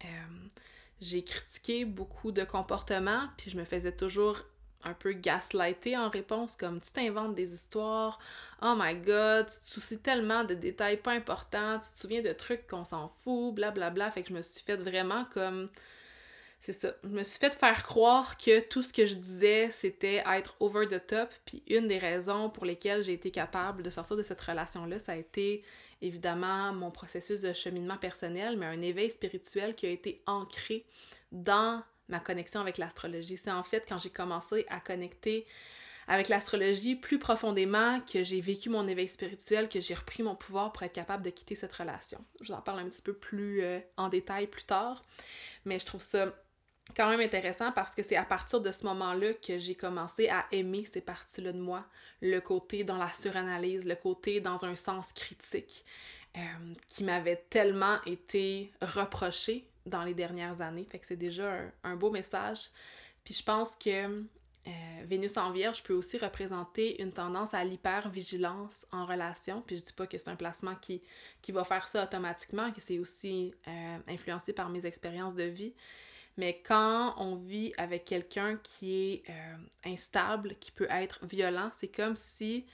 Speaker 1: j'ai critiqué beaucoup de comportements, puis je me faisais toujours un peu gaslighter en réponse, comme tu t'inventes des histoires, oh my god, tu te soucies tellement de détails pas importants, tu te souviens de trucs qu'on s'en fout, blablabla. Fait que je me suis fait vraiment comme... C'est ça, je me suis fait faire croire que tout ce que je disais, c'était être over the top, puis une des raisons pour lesquelles j'ai été capable de sortir de cette relation-là, ça a été évidemment mon processus de cheminement personnel, mais un éveil spirituel qui a été ancré dans ma connexion avec l'astrologie. C'est en fait quand j'ai commencé à connecter avec l'astrologie plus profondément que j'ai vécu mon éveil spirituel, que j'ai repris mon pouvoir pour être capable de quitter cette relation. Je vous en parle un petit peu plus en détail plus tard, mais je trouve ça quand même intéressant parce que c'est à partir de ce moment-là que j'ai commencé à aimer ces parties-là de moi, le côté dans la suranalyse, le côté dans un sens critique, qui m'avait tellement été reproché dans les dernières années. Fait que c'est déjà un beau message. Puis je pense que Vénus en Vierge peut aussi représenter une tendance à l'hypervigilance en relation. Puis je dis pas que c'est un placement qui va faire ça automatiquement, que c'est aussi influencé par mes expériences de vie. Mais quand on vit avec quelqu'un qui est instable, qui peut être violent, c'est comme si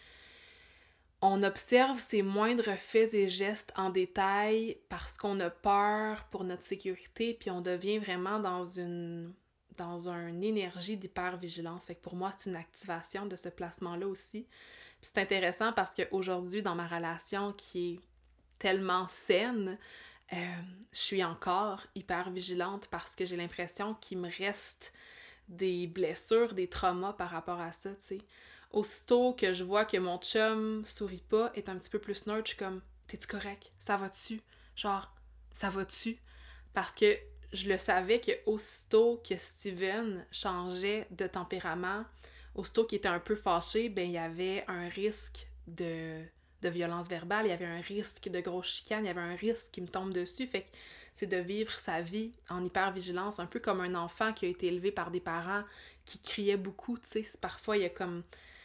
Speaker 1: on observe ses moindres faits et gestes en détail parce qu'on a peur pour notre sécurité, puis on devient vraiment dans une énergie d'hypervigilance. Fait que pour moi, c'est une activation de ce placement-là aussi. Puis c'est intéressant parce qu'aujourd'hui, dans ma relation qui est tellement saine, je suis encore hyper vigilante parce que j'ai l'impression qu'il me reste des blessures, des traumas par rapport à ça, tu sais. Aussitôt que je vois que mon chum sourit pas, est un petit peu plus neutre, je suis comme « T'es-tu correct? Ça va-tu? » Genre « Ça va-tu? » Parce que je le savais que aussitôt que Steven changeait de tempérament, aussitôt qu'il était un peu fâché, ben il y avait un risque de de violence verbale, il y avait un risque de grosse chicane, il y avait un risque qui me tombe dessus. Fait que c'est de vivre sa vie en hyper-vigilance, un peu comme un enfant qui a été élevé par des parents qui criaient beaucoup, tu sais. Parfois, il y a comme...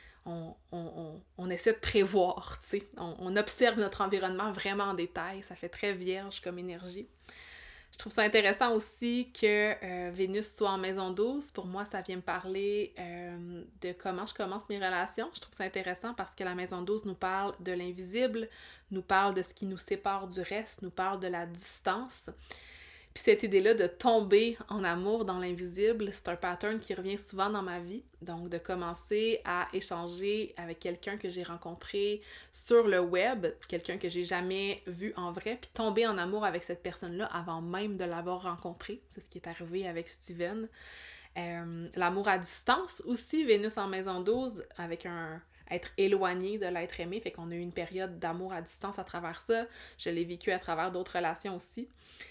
Speaker 1: On essaie de prévoir, tu sais. On observe notre environnement vraiment en détail. Ça fait très vierge comme énergie. Je trouve ça intéressant aussi que Vénus soit en maison 12. Pour moi, ça vient me parler de comment je commence mes relations. Je trouve ça intéressant parce que la maison 12 nous parle de l'invisible, nous parle de ce qui nous sépare du reste, nous parle de la distance. Puis cette idée-là de tomber en amour dans l'invisible, c'est un pattern qui revient souvent dans ma vie. Donc de commencer à échanger avec quelqu'un que j'ai rencontré sur le web, quelqu'un que j'ai jamais vu en vrai, puis tomber en amour avec cette personne-là avant même de l'avoir rencontré. C'est ce qui est arrivé avec Steven. L'amour à distance aussi, Vénus en maison 12, avec être éloigné de l'être aimé, fait qu'on a eu une période d'amour à distance à travers ça. Je l'ai vécu à travers d'autres relations aussi.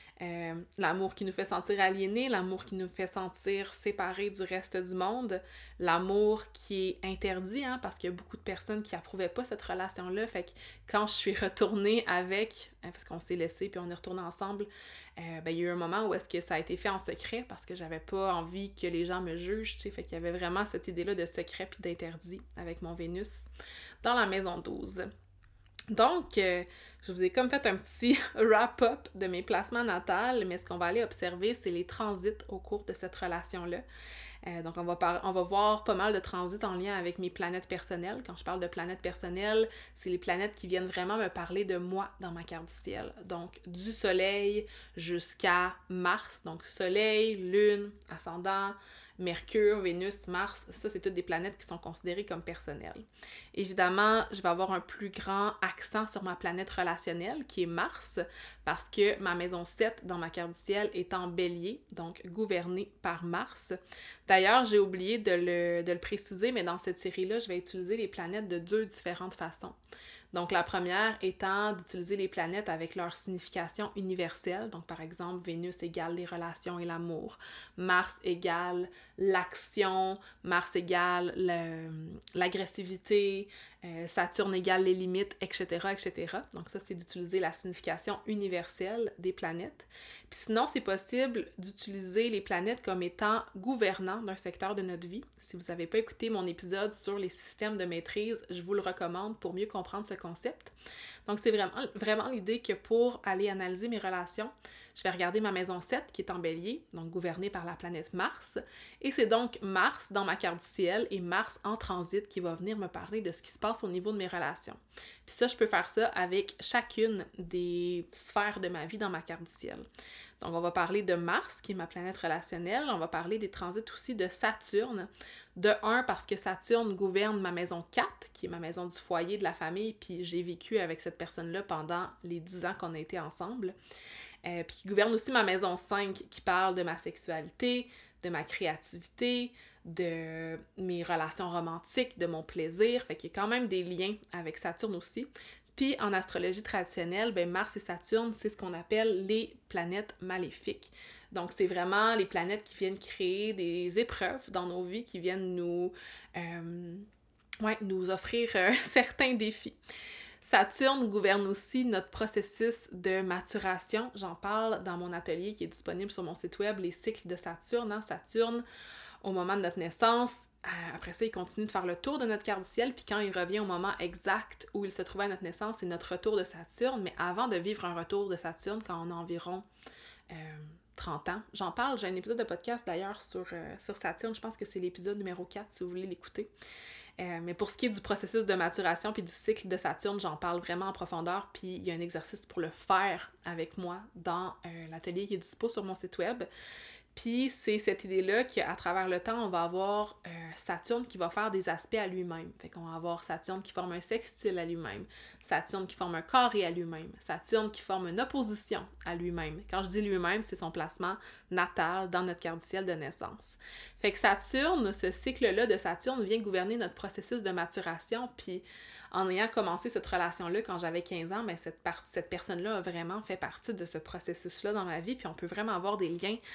Speaker 1: L'amour qui nous fait sentir aliénés, l'amour qui nous fait sentir séparés du reste du monde, l'amour qui est interdit, hein, parce qu'il y a beaucoup de personnes qui approuvaient pas cette relation-là, fait que quand je suis retournée avec, parce qu'on s'est laissé puis on est retourné ensemble, il y a eu un moment où est-ce que ça a été fait en secret, parce que j'avais pas envie que les gens me jugent, tu sais, fait qu'il y avait vraiment cette idée-là de secret puis d'interdit avec mon Vénus dans la maison 12. Donc, je vous ai comme fait un petit wrap-up de mes placements natals, mais ce qu'on va aller observer, c'est les transits au cours de cette relation-là. Donc, on va voir pas mal de transits en lien avec mes planètes personnelles. Quand je parle de planètes personnelles, c'est les planètes qui viennent vraiment me parler de moi dans ma carte du ciel. Donc, du Soleil jusqu'à Mars. Donc, Soleil, Lune, Ascendant, Mercure, Vénus, Mars, ça, c'est toutes des planètes qui sont considérées comme personnelles. Évidemment, je vais avoir un plus grand accent sur ma planète relationnelle, qui est Mars, parce que ma maison 7 dans ma carte du ciel est en Bélier, donc gouvernée par Mars. D'ailleurs, j'ai oublié de le préciser, mais dans cette série-là, je vais utiliser les planètes de 2 différentes façons. Donc, la première étant d'utiliser les planètes avec leur signification universelle. Donc, par exemple, Vénus égale les relations et l'amour. Mars égale l'action. Mars égale l'agressivité. Saturne égale les limites, etc., etc. Donc, ça, c'est d'utiliser la signification universelle des planètes. Puis sinon, c'est possible d'utiliser les planètes comme étant gouvernants d'un secteur de notre vie. Si vous n'avez pas écouté mon épisode sur les systèmes de maîtrise, je vous le recommande pour mieux comprendre ce concept. Donc, c'est vraiment l'idée que pour aller analyser mes relations, je vais regarder ma maison 7 qui est en Bélier, donc gouvernée par la planète Mars. Et c'est donc Mars dans ma carte du ciel et Mars en transit qui va venir me parler de ce qui se passe au niveau de mes relations. Puis ça, je peux faire ça avec chacune des sphères de ma vie dans ma carte du ciel. Donc, on va parler de Mars, qui est ma planète relationnelle. On va parler des transits aussi de Saturne. De 1, parce que Saturne gouverne ma maison 4, qui est ma maison du foyer, de la famille, puis j'ai vécu avec cette personne-là pendant les 10 ans qu'on a été ensemble. Puis qui gouverne aussi ma maison 5, qui parle de ma sexualité, de ma créativité, de mes relations romantiques, de mon plaisir. Fait qu'il y a quand même des liens avec Saturne aussi. Puis en astrologie traditionnelle, Mars et Saturne, c'est ce qu'on appelle les planètes maléfiques. Donc c'est vraiment les planètes qui viennent créer des épreuves dans nos vies, qui viennent nous offrir certains défis. Saturne gouverne aussi notre processus de maturation. J'en parle dans mon atelier qui est disponible sur mon site web, les cycles de Saturne. Saturne, au moment de notre naissance, après ça, il continue de faire le tour de notre carte du ciel, puis quand il revient au moment exact où il se trouvait à notre naissance, c'est notre retour de Saturne. Mais avant de vivre un retour de Saturne, quand on a environ 30 ans, j'en parle, j'ai un épisode de podcast d'ailleurs sur Saturne, je pense que c'est l'épisode numéro 4 si vous voulez l'écouter. Mais pour ce qui est du processus de maturation puis du cycle de Saturne, j'en parle vraiment en profondeur, puis il y a un exercice pour le faire avec moi dans l'atelier qui est dispo sur mon site web. Puis c'est cette idée-là qu'à travers le temps, on va avoir Saturne qui va faire des aspects à lui-même. Fait qu'on va avoir Saturne qui forme un sextile à lui-même, Saturne qui forme un carré à lui-même, Saturne qui forme une opposition à lui-même. Quand je dis lui-même, c'est son placement natal dans notre carte du ciel de naissance. Fait que Saturne, ce cycle-là de Saturne vient gouverner notre processus de maturation, puis en ayant commencé cette relation-là quand j'avais 15 ans, cette personne-là a vraiment fait partie de ce processus-là dans ma vie, puis on peut vraiment avoir des liens avec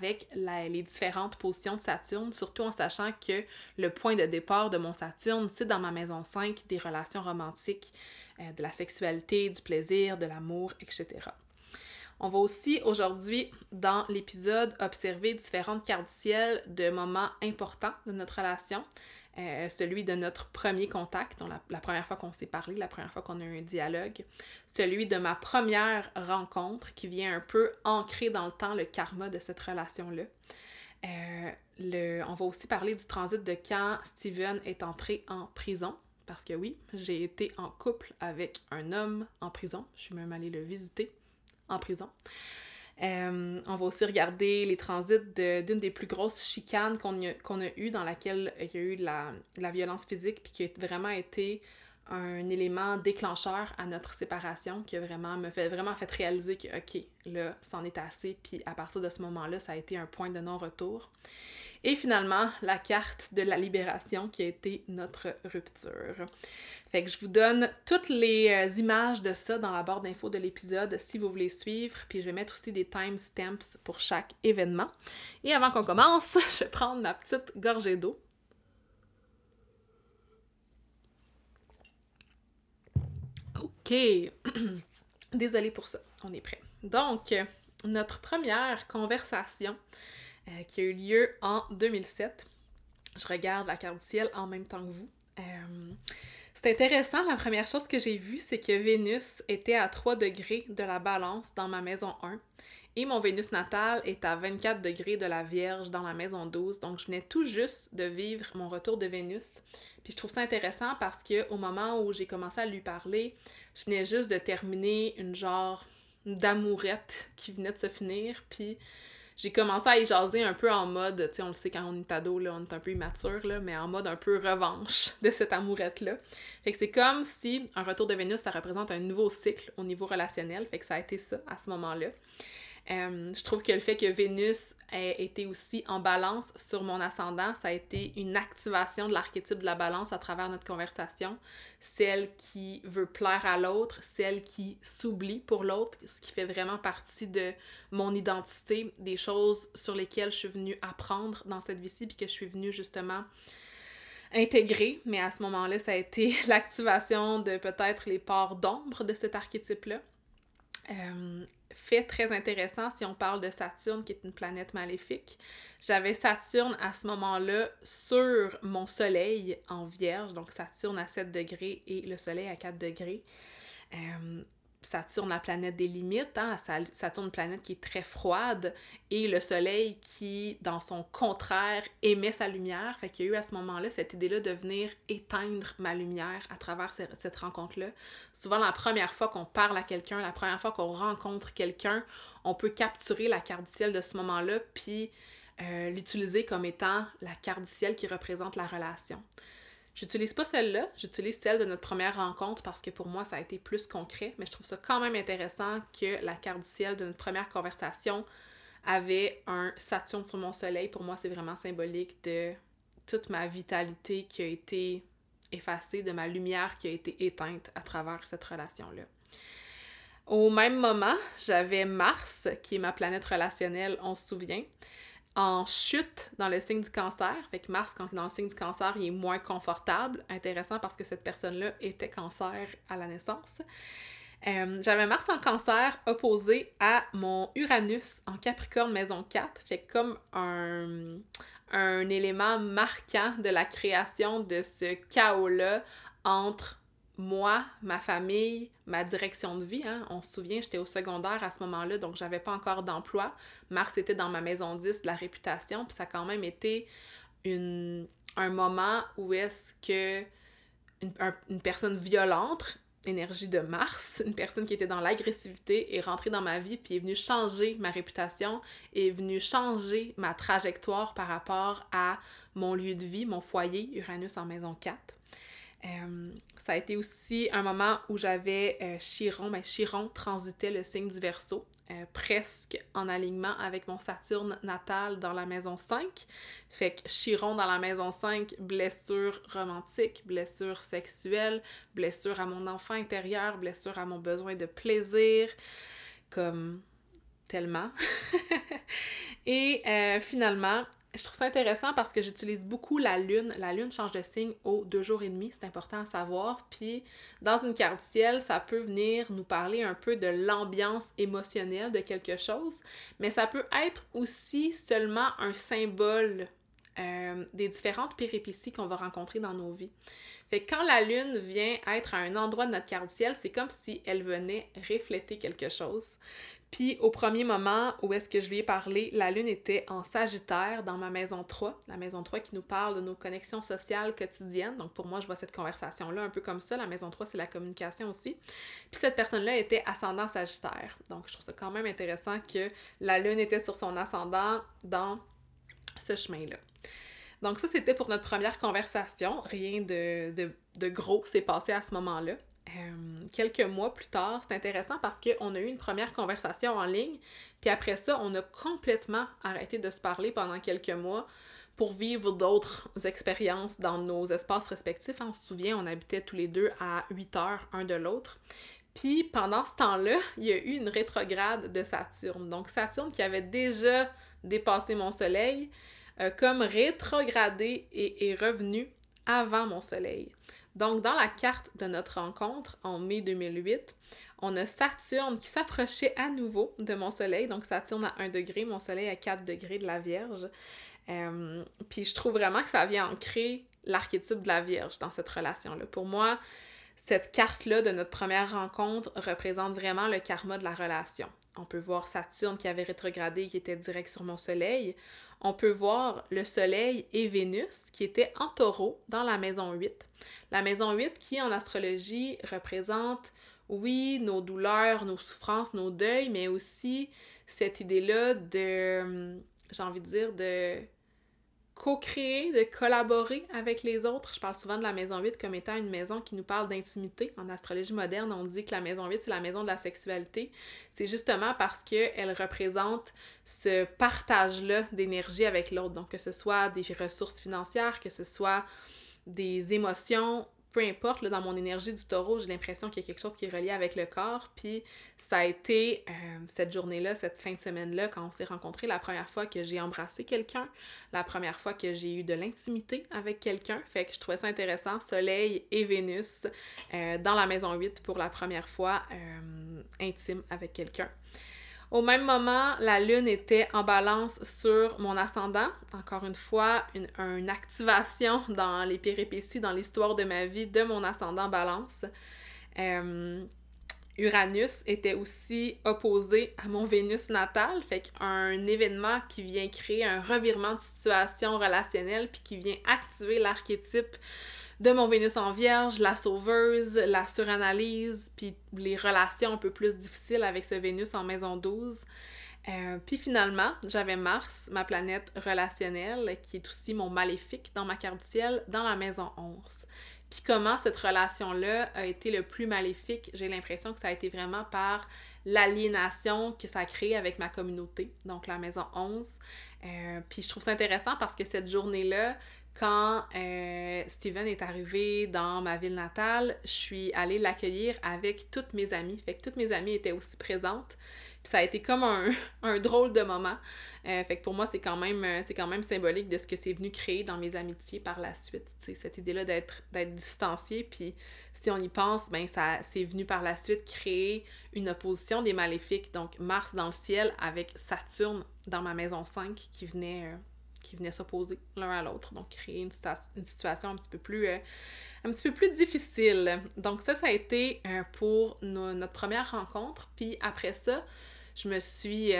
Speaker 1: avec les différentes positions de Saturne, surtout en sachant que le point de départ de mon Saturne, c'est dans ma maison 5, des relations romantiques, de la sexualité, du plaisir, de l'amour, etc. On va aussi aujourd'hui, dans l'épisode, observer différentes cartes du ciel de moments importants de notre relation. Celui de notre premier contact, donc la première fois qu'on s'est parlé, la première fois qu'on a eu un dialogue. Celui de ma première rencontre qui vient un peu ancrer dans le temps le karma de cette relation-là. On va aussi parler du transit de quand Steven est entré en prison. Parce que oui, j'ai été en couple avec un homme en prison. Je suis même allée le visiter en prison. On va aussi regarder les transits d'une des plus grosses chicanes qu'on a eues, dans laquelle il y a eu de la violence physique, puis qui a vraiment été un élément déclencheur à notre séparation, qui a vraiment fait réaliser que, OK, là, c'en est assez, puis à partir de ce moment-là, ça a été un point de non-retour. Et finalement, la carte de la libération qui a été notre rupture. Fait que je vous donne toutes les images de ça dans la barre d'infos de l'épisode si vous voulez suivre, puis je vais mettre aussi des timestamps pour chaque événement. Et avant qu'on commence, je vais prendre ma petite gorgée d'eau. OK. Désolée pour ça, on est prêt. Donc, notre première conversation qui a eu lieu en 2007. Je regarde la carte du ciel en même temps que vous. C'est intéressant, la première chose que j'ai vue, c'est que Vénus était à 3 degrés de la Balance dans ma maison 1 et mon Vénus natale est à 24 degrés de la Vierge dans la maison 12. Donc, je venais tout juste de vivre mon retour de Vénus. Puis je trouve ça intéressant parce qu'au moment où j'ai commencé à lui parler, je venais juste de terminer une genre d'amourette qui venait de se finir, puis j'ai commencé à y jaser un peu en mode, tu sais, on le sait quand on est ado, là, on est un peu immature, là, mais en mode un peu revanche de cette amourette-là. Fait que c'est comme si un retour de Vénus, ça représente un nouveau cycle au niveau relationnel, fait que ça a été ça à ce moment-là. Je trouve que le fait que Vénus ait été aussi en balance sur mon ascendant, ça a été une activation de l'archétype de la balance à travers notre conversation. Celle qui veut plaire à l'autre, celle qui s'oublie pour l'autre, ce qui fait vraiment partie de mon identité, des choses sur lesquelles je suis venue apprendre dans cette vie-ci, puis que je suis venue justement intégrer. Mais à ce moment-là, ça a été l'activation de peut-être les parts d'ombre de cet archétype-là. Fait très intéressant si on parle de Saturne, qui est une planète maléfique. J'avais Saturne à ce moment-là sur mon soleil en Vierge, donc Saturne à 7 degrés et le soleil à 4 degrés. Saturne, la planète des limites, hein? Saturne, une planète qui est très froide, et le soleil qui, dans son contraire, émet sa lumière. Fait qu'il y a eu à ce moment-là cette idée-là de venir éteindre ma lumière à travers cette rencontre-là. Souvent, la première fois qu'on parle à quelqu'un, la première fois qu'on rencontre quelqu'un, on peut capturer la carte du ciel de ce moment-là, puis l'utiliser comme étant la carte du ciel qui représente la relation. J'utilise pas celle-là, j'utilise celle de notre première rencontre parce que pour moi, ça a été plus concret, mais je trouve ça quand même intéressant que la carte du ciel de notre première conversation avait un Saturne sur mon soleil. Pour moi, c'est vraiment symbolique de toute ma vitalité qui a été effacée, de ma lumière qui a été éteinte à travers cette relation-là. Au même moment, j'avais Mars, qui est ma planète relationnelle, on se souvient, en chute dans le signe du cancer. Fait que Mars, quand il est dans le signe du cancer, il est moins confortable. Intéressant parce que cette personne-là était cancer à la naissance. J'avais Mars en cancer opposé à mon Uranus en Capricorne maison 4. Fait que comme un élément marquant de la création de ce chaos-là entre moi, ma famille, ma direction de vie, hein. On se souvient, j'étais au secondaire à ce moment-là, donc j'avais pas encore d'emploi. Mars était dans ma maison 10 de la réputation, puis ça a quand même été un moment où est-ce que une personne violente, énergie de Mars, une personne qui était dans l'agressivité, est rentrée dans ma vie, puis est venue changer ma réputation, est venue changer ma trajectoire par rapport à mon lieu de vie, mon foyer, Uranus en maison 4. Ça a été aussi un moment où j'avais Chiron. Chiron transitait le signe du Verseau, presque en alignement avec mon Saturne natal dans la maison 5. Fait que Chiron dans la maison 5, blessure romantique, blessure sexuelle, blessure à mon enfant intérieur, blessure à mon besoin de plaisir, comme tellement. Et finalement, je trouve ça intéressant parce que j'utilise beaucoup la lune. La lune change de signe aux 2 jours et demi, c'est important à savoir. Puis dans une carte du ciel, ça peut venir nous parler un peu de l'ambiance émotionnelle de quelque chose, mais ça peut être aussi seulement un symbole des différentes péripéties qu'on va rencontrer dans nos vies. Fait que quand la lune vient être à un endroit de notre carte du ciel, c'est comme si elle venait refléter quelque chose. Puis au premier moment où est-ce que je lui ai parlé, la lune était en Sagittaire dans ma maison 3, la maison 3 qui nous parle de nos connexions sociales quotidiennes. Donc pour moi, je vois cette conversation-là un peu comme ça. La maison 3, c'est la communication aussi. Puis cette personne-là était ascendant Sagittaire. Donc je trouve ça quand même intéressant que la lune était sur son ascendant dans ce chemin-là. Donc ça, c'était pour notre première conversation. Rien de gros s'est passé à ce moment-là. Quelques mois plus tard, c'est intéressant parce qu'on a eu une première conversation en ligne, puis après ça, on a complètement arrêté de se parler pendant quelques mois pour vivre d'autres expériences dans nos espaces respectifs. On se souvient, on habitait tous les deux à 8 heures un de l'autre. Puis pendant ce temps-là, il y a eu une rétrograde de Saturne. Donc Saturne qui avait déjà dépassé mon soleil, comme rétrogradé et est revenu avant mon soleil. Donc, dans la carte de notre rencontre, en mai 2008, on a Saturne qui s'approchait à nouveau de mon soleil. Donc, Saturne à 1 degré, mon soleil à 4 degrés de la Vierge. Puis, je trouve vraiment que ça vient ancrer l'archétype de la Vierge dans cette relation-là. Pour moi, cette carte-là de notre première rencontre représente vraiment le karma de la relation. On peut voir Saturne qui avait rétrogradé, qui était direct sur mon soleil. On peut voir le soleil et Vénus qui étaient en taureau dans la maison 8. La maison 8 qui, en astrologie, représente, oui, nos douleurs, nos souffrances, nos deuils, mais aussi cette idée-là de, j'ai envie de dire, de co-créer, de collaborer avec les autres. Je parle souvent de la maison 8 comme étant une maison qui nous parle d'intimité. En astrologie moderne, on dit que la maison 8, c'est la maison de la sexualité. C'est justement parce qu'elle représente ce partage-là d'énergie avec l'autre. Donc, que ce soit des ressources financières, que ce soit des émotions, peu importe, là, dans mon énergie du taureau, j'ai l'impression qu'il y a quelque chose qui est relié avec le corps, puis ça a été cette journée-là, cette fin de semaine-là, quand on s'est rencontrés, la première fois que j'ai embrassé quelqu'un, la première fois que j'ai eu de l'intimité avec quelqu'un, fait que je trouvais ça intéressant, Soleil et Vénus dans la maison 8 pour la première fois intime avec quelqu'un. Au même moment, la lune était en balance sur mon ascendant. Encore une fois, une activation dans les péripéties, dans l'histoire de ma vie de mon ascendant balance. Uranus était aussi opposé à mon Vénus natale, fait qu'un événement qui vient créer un revirement de situation relationnelle puis qui vient activer l'archétype de mon Vénus en Vierge, la sauveuse, la suranalyse, puis les relations un peu plus difficiles avec ce Vénus en maison 12. Puis finalement, j'avais Mars, ma planète relationnelle, qui est aussi mon maléfique dans ma carte du ciel, dans la maison 11. Puis comment cette relation-là a été le plus maléfique, j'ai l'impression que ça a été vraiment par l'aliénation que ça a créé avec ma communauté, donc la maison 11. Puis je trouve ça intéressant parce que cette journée-là, quand Steven est arrivé dans ma ville natale, je suis allée l'accueillir avec toutes mes amies. Fait que toutes mes amies étaient aussi présentes. Puis ça a été comme un drôle de moment. Fait que pour moi, c'est quand même symbolique de ce que c'est venu créer dans mes amitiés par la suite. T'sais, cette idée-là d'être distancié. Puis si on y pense, ben c'est venu par la suite créer une opposition des maléfiques. Donc Mars dans le ciel avec Saturne dans ma maison 5 qui venait s'opposer l'un à l'autre, donc créer une situation un petit peu plus difficile. Donc ça a été pour notre première rencontre, puis après ça, je me suis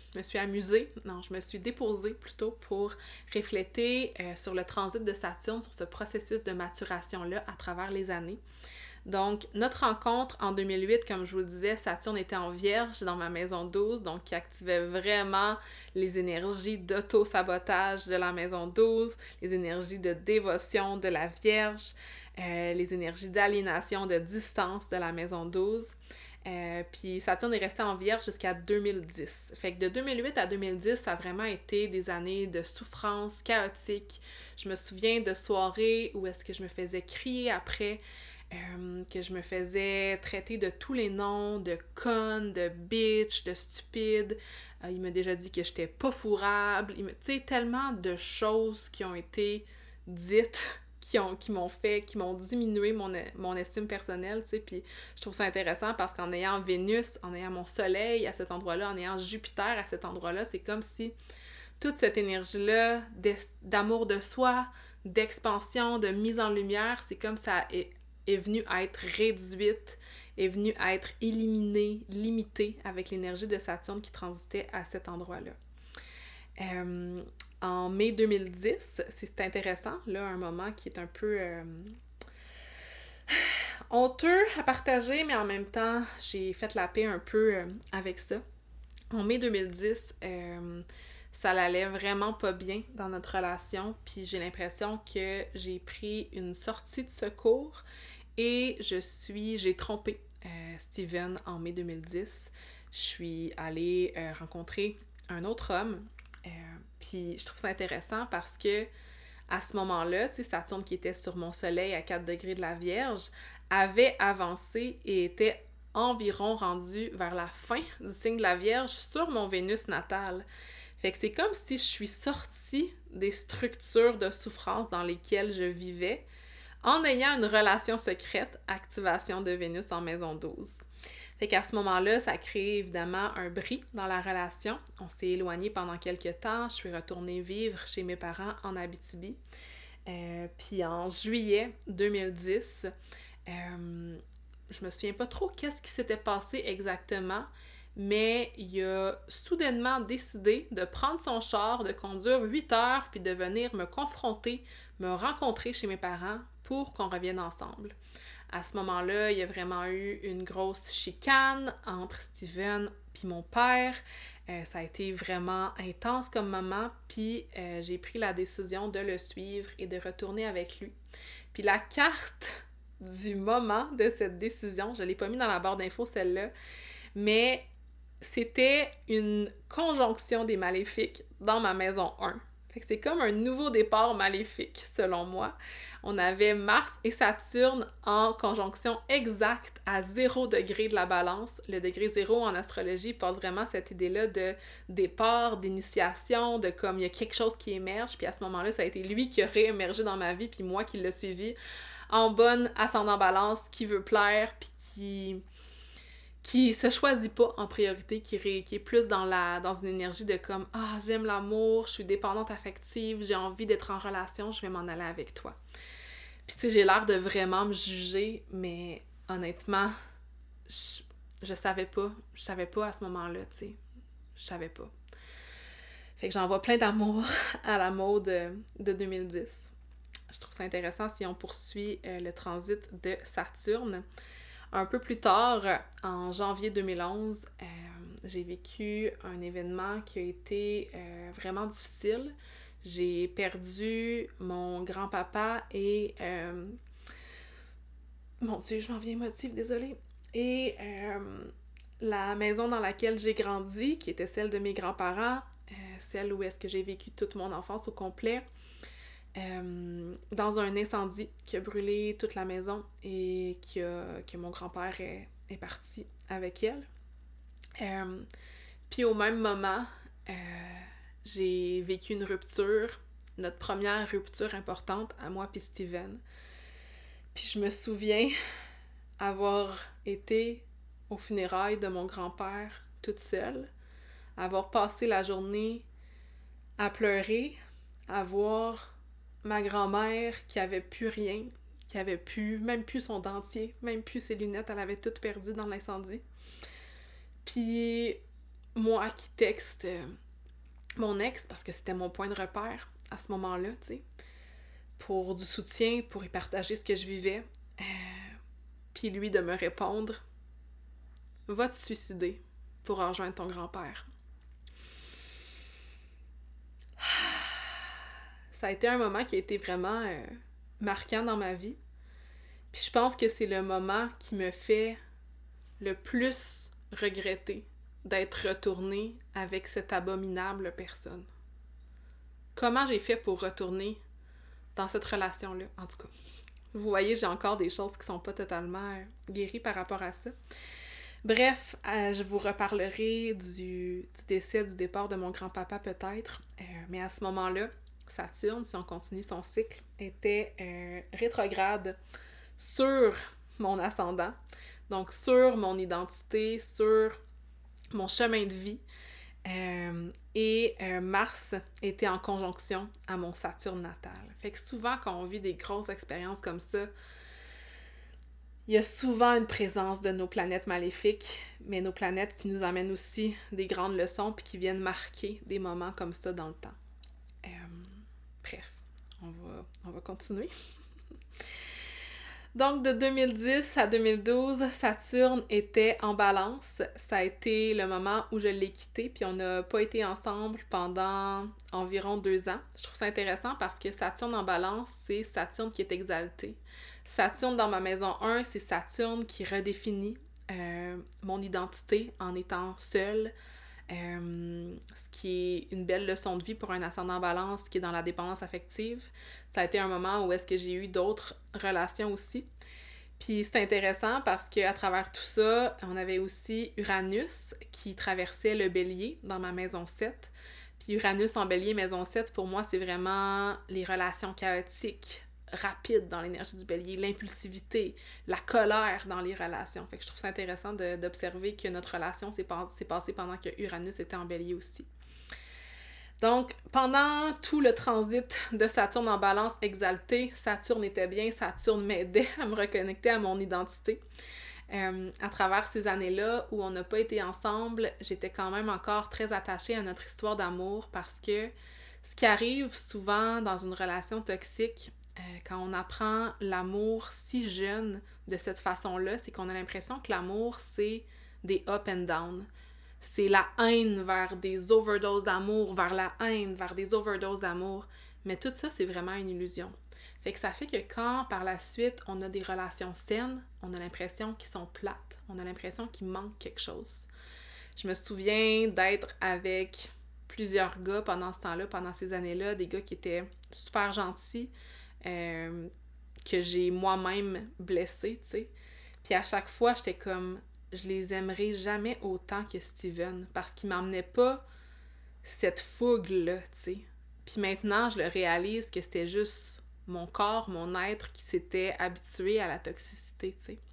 Speaker 1: déposée plutôt pour refléter sur le transit de Saturne, sur ce processus de maturation-là à travers les années. Donc, notre rencontre en 2008, comme je vous le disais, Saturne était en Vierge dans ma maison 12, donc qui activait vraiment les énergies d'auto-sabotage de la maison 12, les énergies de dévotion de la Vierge, les énergies d'aliénation, de distance de la maison 12. Puis Saturne est resté en Vierge jusqu'à 2010. Fait que de 2008 à 2010, ça a vraiment été des années de souffrance chaotique. Je me souviens de soirées où est-ce que je me faisais crier après. que je me faisais traiter de tous les noms, de conne, de bitch, de stupide. Il m'a déjà dit que j'étais pas fourrable. Tu sais, tellement de choses qui ont été dites qui m'ont diminué mon estime personnelle, tu sais, puis je trouve ça intéressant parce qu'en ayant Vénus, en ayant mon soleil à cet endroit-là, en ayant Jupiter à cet endroit-là, c'est comme si toute cette énergie-là d'amour de soi, d'expansion, de mise en lumière, c'est comme ça est venue à être réduite, est venue à être éliminée, limitée avec l'énergie de Saturne qui transitait à cet endroit-là. En mai 2010, c'est intéressant, là, un moment qui est un peu honteux à partager, mais en même temps, j'ai fait la paix un peu avec ça. En mai 2010, ça allait vraiment pas bien dans notre relation, puis j'ai l'impression que j'ai pris une sortie de secours et j'ai trompé Steven en mai 2010. Je suis allée rencontrer un autre homme. Puis je trouve ça intéressant parce que à ce moment-là, tu sais, Saturne qui était sur mon soleil à 4 degrés de la Vierge avait avancé et était environ rendu vers la fin du signe de la Vierge sur mon Vénus natale. Fait que c'est comme si je suis sortie des structures de souffrance dans lesquelles je vivais en ayant une relation secrète, activation de Vénus en maison 12. Fait qu'à ce moment-là, ça crée évidemment un bris dans la relation. On s'est éloigné pendant quelques temps. Je suis retournée vivre chez mes parents en Abitibi. Puis en juillet 2010, je me souviens pas trop qu'est-ce qui s'était passé exactement, mais il a soudainement décidé de prendre son char, de conduire 8 heures, puis de venir me confronter, me rencontrer chez mes parents pour qu'on revienne ensemble. À ce moment-là, il y a vraiment eu une grosse chicane entre Steven puis mon père. Ça a été vraiment intense comme moment, puis j'ai pris la décision de le suivre et de retourner avec lui. Puis la carte du moment de cette décision, je ne l'ai pas mis dans la barre d'infos celle-là, mais c'était une conjonction des maléfiques dans ma maison 1. Fait que c'est comme un nouveau départ maléfique, selon moi. On avait Mars et Saturne en conjonction exacte à 0 degré de la balance. Le degré 0 en astrologie porte vraiment cette idée-là de départ, d'initiation, de comme il y a quelque chose qui émerge. Puis à ce moment-là, ça a été lui qui a réémergé dans ma vie, puis moi qui l'ai suivi en bonne ascendant balance, qui veut plaire, puis qui se choisit pas en priorité, qui est plus dans une énergie de comme « Ah, j'aime l'amour, je suis dépendante affective, j'ai envie d'être en relation, je vais m'en aller avec toi. » Puis tu sais, j'ai l'air de vraiment me juger, mais honnêtement, je savais pas à ce moment-là, tu sais. Je savais pas. Fait que j'envoie plein d'amour à la mode de 2010. Je trouve ça intéressant si on poursuit le transit de Saturne. Un peu plus tard, en janvier 2011, j'ai vécu un événement qui a été vraiment difficile. J'ai perdu mon grand-papa et... Mon Dieu, je m'en viens émotive, désolée. Et la maison dans laquelle j'ai grandi, qui était celle de mes grands-parents, celle où est-ce que j'ai vécu toute mon enfance au complet, dans un incendie qui a brûlé toute la maison et que mon grand-père est parti avec elle. Puis au même moment, j'ai vécu une rupture, notre première rupture importante à moi puis Steven. Puis je me souviens avoir été aux funérailles de mon grand-père toute seule, avoir passé la journée à pleurer, à voir ma grand-mère qui avait plus rien, qui avait même plus son dentier, même plus ses lunettes, elle avait toutes perdu dans l'incendie. Puis moi qui texte mon ex, parce que c'était mon point de repère à ce moment-là, tu sais, pour du soutien, pour y partager ce que je vivais. Puis lui de me répondre « Va te suicider pour rejoindre ton grand-père. » Ça a été un moment qui a été vraiment marquant dans ma vie. Puis je pense que c'est le moment qui me fait le plus regretter d'être retournée avec cette abominable personne. Comment j'ai fait pour retourner dans cette relation-là? En tout cas, Vous voyez, j'ai encore des choses qui sont pas totalement guéries par rapport à ça. Bref, je vous reparlerai du décès, du départ de mon grand-papa peut-être, mais à ce moment-là, Saturne, si on continue son cycle, était rétrograde sur mon ascendant, donc sur mon identité, sur mon chemin de vie. Et Mars était en conjonction à mon Saturne natal. Fait que souvent, quand on vit des grosses expériences comme ça, il y a souvent une présence de nos planètes maléfiques, mais nos planètes qui nous amènent aussi des grandes leçons puis qui viennent marquer des moments comme ça dans le temps. Bref, on va continuer. Donc, de 2010 à 2012, Saturne était en balance. Ça a été le moment où je l'ai quitté, puis on n'a pas été ensemble pendant environ 2 ans. Je trouve ça intéressant parce que Saturne en balance, c'est Saturne qui est exalté. Saturne dans ma maison 1, c'est Saturne qui redéfinit mon identité en étant seule. Ce qui est une belle leçon de vie pour un ascendant balance qui est dans la dépendance affective. Ça a été un moment où est-ce que j'ai eu d'autres relations aussi. Puis c'est intéressant parce qu'à travers tout ça, on avait aussi Uranus qui traversait le Bélier dans ma maison 7. Puis Uranus en Bélier, maison 7, pour moi, c'est vraiment les relations chaotiques, rapide dans l'énergie du Bélier, l'impulsivité, la colère dans les relations. Fait que je trouve ça intéressant d'observer que notre relation s'est passée pendant que Uranus était en Bélier aussi. Donc, pendant tout le transit de Saturne en balance exalté, Saturne était bien, Saturne m'aidait à me reconnecter à mon identité. À travers ces années-là où on n'a pas été ensemble, j'étais quand même encore très attachée à notre histoire d'amour parce que ce qui arrive souvent dans une relation toxique, quand on apprend l'amour si jeune de cette façon-là, c'est qu'on a l'impression que l'amour, c'est des up and down. C'est la haine vers des overdoses d'amour, vers la haine, vers des overdoses d'amour. Mais tout ça, c'est vraiment une illusion. Fait que ça fait que quand, par la suite, on a des relations saines, on a l'impression qu'ils sont plates. On a l'impression qu'il manque quelque chose. Je me souviens d'être avec plusieurs gars pendant ce temps-là, pendant ces années-là, des gars qui étaient super gentils, que j'ai moi-même blessé, tu sais. Puis à chaque fois, j'étais comme, je les aimerais jamais autant que Steven, parce qu'il m'emmenait pas cette fougue-là, tu sais. Puis maintenant, je le réalise que c'était juste mon corps, mon être qui s'était habitué à la toxicité, tu sais.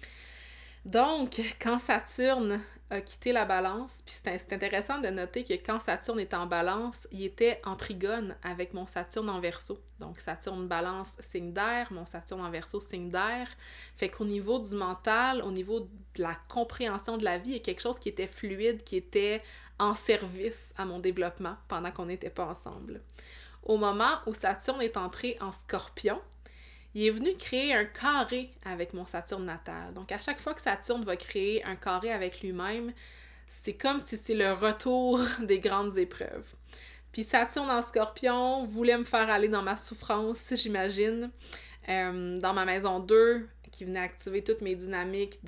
Speaker 1: Donc, quand Saturne a quitté la balance, puis c'est intéressant de noter que quand Saturne est en balance, il était en trigone avec mon Saturne en Verseau. Donc, Saturne balance, signe d'air, mon Saturne en Verseau, signe d'air. Fait qu'au niveau du mental, au niveau de la compréhension de la vie, il y a quelque chose qui était fluide, qui était en service à mon développement pendant qu'on n'était pas ensemble. Au moment où Saturne est entré en Scorpion, il est venu créer un carré avec mon Saturne natal. Donc, à chaque fois que Saturne va créer un carré avec lui-même, c'est comme si c'est le retour des grandes épreuves. Puis Saturne en Scorpion voulait me faire aller dans ma souffrance, j'imagine, dans ma maison 2, qui venait activer toutes mes dynamiques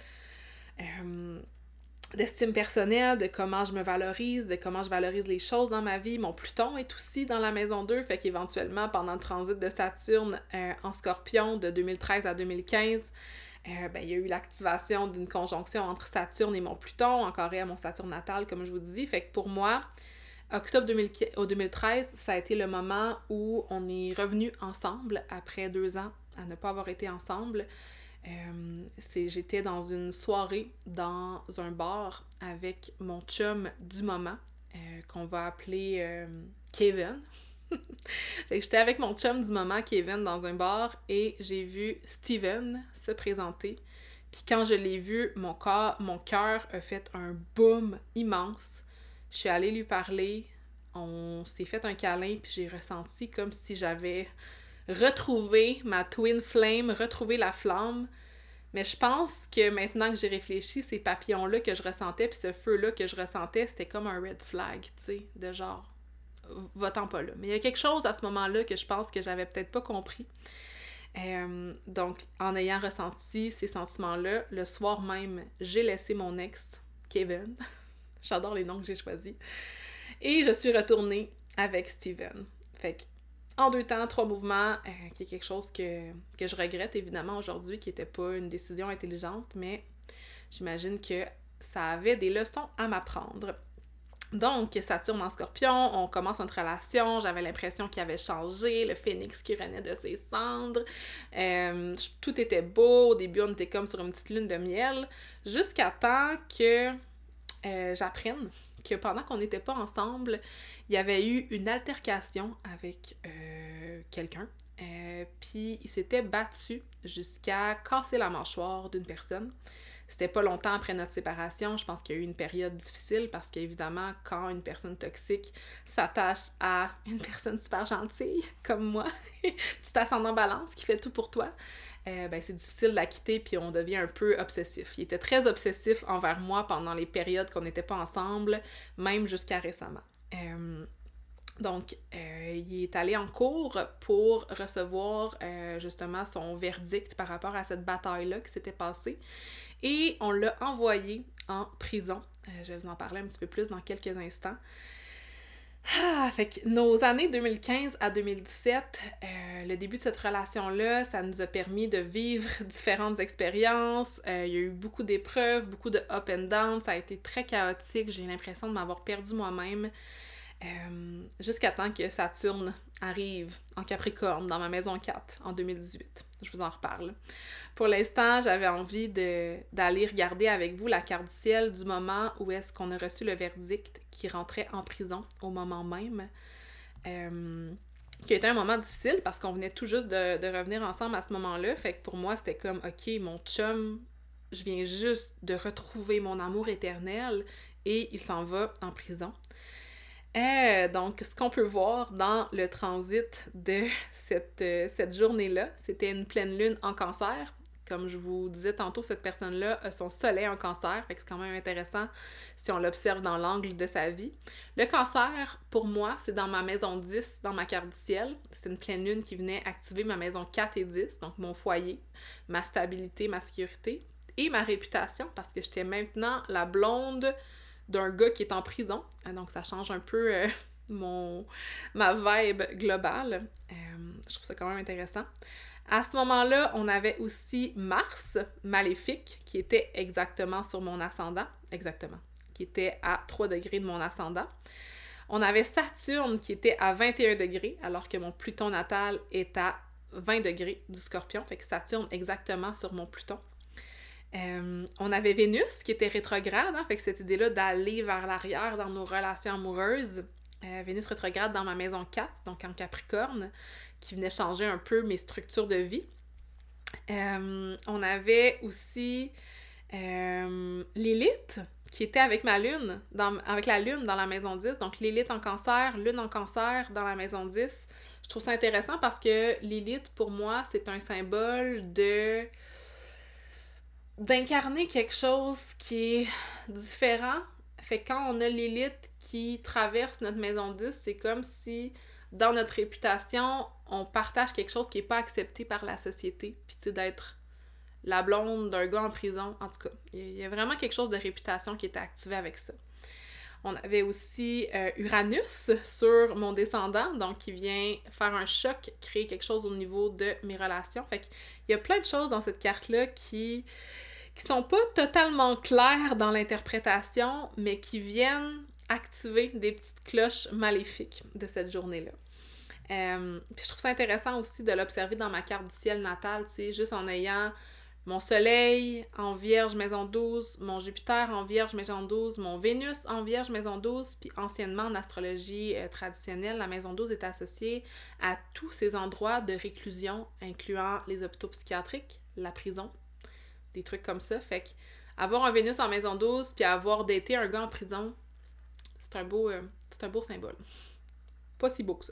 Speaker 1: d'estime personnelle, de comment je me valorise, de comment je valorise les choses dans ma vie. Mon Pluton est aussi dans la maison 2, fait qu'éventuellement, pendant le transit de Saturne en Scorpion de 2013 à 2015, il y a eu l'activation d'une conjonction entre Saturne et mon Pluton, encore à mon Saturne natal, comme je vous dis. Fait que pour moi, octobre 2013, ça a été le moment où on est revenus ensemble après 2 ans à ne pas avoir été ensemble. J'étais dans une soirée dans un bar avec mon chum du moment, qu'on va appeler Kevin. Fait que j'étais avec mon chum du moment, Kevin, dans un bar et j'ai vu Steven se présenter. Puis quand je l'ai vu, mon cœur a fait un boom immense. Je suis allée lui parler, on s'est fait un câlin, puis j'ai ressenti comme si j'avais retrouvé ma twin flame, retrouvé la flamme. Mais je pense que maintenant que j'ai réfléchi, ces papillons-là que je ressentais, puis ce feu-là que je ressentais, c'était comme un red flag, tu sais, de genre, va-t'en pas là. Mais il y a quelque chose à ce moment-là que je pense que j'avais peut-être pas compris. Donc, en ayant ressenti ces sentiments-là, le soir même, j'ai laissé mon ex, Kevin. J'adore les noms que j'ai choisis. Et je suis retournée avec Steven. Fait que en 2 temps, 3 mouvements, qui est quelque chose que je regrette évidemment aujourd'hui, qui n'était pas une décision intelligente, mais j'imagine que ça avait des leçons à m'apprendre. Donc, Saturne en Scorpion, on commence notre relation, j'avais l'impression qu'il avait changé, le phénix qui renaît de ses cendres, tout était beau, au début on était comme sur une petite lune de miel, jusqu'à temps que j'apprenne que pendant qu'on n'était pas ensemble, il y avait eu une altercation avec quelqu'un, puis il s'était battu jusqu'à casser la mâchoire d'une personne. C'était pas longtemps après notre séparation, je pense qu'il y a eu une période difficile parce qu'évidemment, quand une personne toxique s'attache à une personne super gentille, comme moi, petit ascendant balance qui fait tout pour toi, c'est difficile de la quitter puis on devient un peu obsessif. Il était très obsessif envers moi pendant les périodes qu'on n'était pas ensemble, même jusqu'à récemment. Donc, il est allé en cours pour recevoir justement son verdict par rapport à cette bataille-là qui s'était passée. Et on l'a envoyé en prison. Je vais vous en parler un petit peu plus dans quelques instants. Fait que nos années 2015 à 2017, le début de cette relation-là, ça nous a permis de vivre différentes expériences. Il y a eu beaucoup d'épreuves, beaucoup de up and down. Ça a été très chaotique. J'ai l'impression de m'avoir perdu moi-même. Jusqu'à temps que Saturne arrive en Capricorne dans ma maison 4 en 2018. Je vous en reparle. Pour l'instant, j'avais envie d'aller regarder avec vous la carte du ciel du moment où est-ce qu'on a reçu le verdict qui rentrait en prison au moment même. Qui a été un moment difficile parce qu'on venait tout juste de revenir ensemble à ce moment-là. Fait que pour moi, c'était comme, OK, mon chum, je viens juste de retrouver mon amour éternel et il s'en va en prison. Donc, ce qu'on peut voir dans le transit de cette journée-là, c'était une pleine lune en Cancer. Comme je vous disais tantôt, cette personne-là a son soleil en Cancer, fait que c'est quand même intéressant si on l'observe dans l'angle de sa vie. Le Cancer, pour moi, c'est dans ma maison 10, dans ma carte du ciel. C'est une pleine lune qui venait activer ma maison 4 et 10, donc mon foyer, ma stabilité, ma sécurité et ma réputation, parce que j'étais maintenant la blonde d'un gars qui est en prison. Donc, ça change un peu ma vibe globale. Je trouve ça quand même intéressant. À ce moment-là, on avait aussi Mars, maléfique, qui était exactement sur mon ascendant. Exactement. Qui était à 3 degrés de mon ascendant. On avait Saturne, qui était à 21 degrés, alors que mon Pluton natal est à 20 degrés du Scorpion. Fait que Saturne exactement sur mon Pluton. On avait Vénus qui était rétrograde, fait que cette idée-là d'aller vers l'arrière dans nos relations amoureuses. Vénus rétrograde dans ma maison 4, donc en Capricorne, qui venait changer un peu mes structures de vie. On avait aussi Lilith qui était avec ma lune, avec la lune dans la maison 10, donc Lilith en Cancer, lune en Cancer dans la maison 10. Je trouve ça intéressant parce que Lilith, pour moi, c'est un symbole d'incarner quelque chose qui est différent. Fait que quand on a Lilith qui traverse notre maison 10, c'est comme si, dans notre réputation, on partage quelque chose qui n'est pas accepté par la société. Puis tu sais, d'être la blonde d'un gars en prison, en tout cas. Il y a vraiment quelque chose de réputation qui était activé avec ça. On avait aussi Uranus sur mon descendant, donc qui vient faire un choc, créer quelque chose au niveau de mes relations. Fait qu'il y a plein de choses dans cette carte-là qui sont pas totalement claires dans l'interprétation, mais qui viennent activer des petites cloches maléfiques de cette journée-là. Puis je trouve ça intéressant aussi de l'observer dans ma carte du ciel natale, tu sais, juste en ayant mon soleil en Vierge maison 12, mon Jupiter en Vierge maison 12, mon Vénus en Vierge maison 12, puis anciennement en astrologie traditionnelle, la maison 12 est associée à tous ces endroits de réclusion, incluant les hôpitaux psychiatriques, la prison, des trucs comme ça. Fait que avoir un Vénus en maison 12 puis avoir daté un gars en prison, c'est un beau symbole. Pas si beau que ça.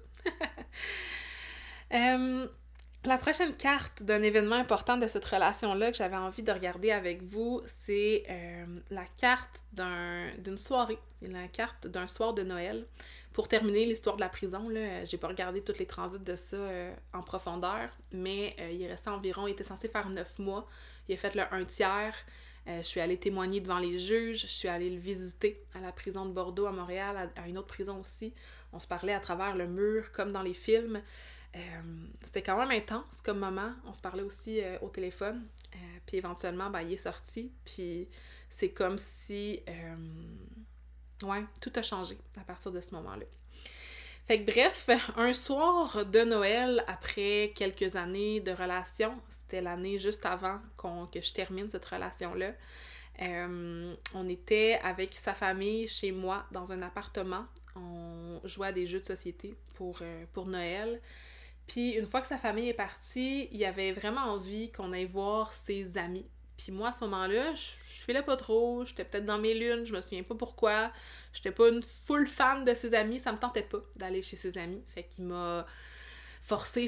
Speaker 1: La prochaine carte d'un événement important de cette relation-là que j'avais envie de regarder avec vous, c'est la carte d'une soirée, la carte d'un soir de Noël. Pour terminer l'histoire de la prison, là, j'ai pas regardé tous les transits de ça en profondeur, mais il restait environ, il était censé faire 9 mois. Il a fait le 1/3. Je suis allée témoigner devant les juges, je suis allée le visiter à la prison de Bordeaux à Montréal, à une autre prison aussi. On se parlait à travers le mur, comme dans les films. C'était quand même intense comme moment. On se parlait aussi au téléphone. Puis éventuellement, ben, il est sorti. Puis c'est comme si... ouais, tout a changé à partir de ce moment-là. Fait que bref, un soir de Noël, après quelques années de relation, c'était l'année juste avant que je termine cette relation-là, on était avec sa famille chez moi dans un appartement. On jouait à des jeux de société pour Noël. Puis une fois que sa famille est partie, il avait vraiment envie qu'on aille voir ses amis. Puis moi, à ce moment-là, je filais pas trop, j'étais peut-être dans mes lunes, je me souviens pas pourquoi. J'étais pas une full fan de ses amis, ça me tentait pas d'aller chez ses amis. Fait qu'il m'a forcé,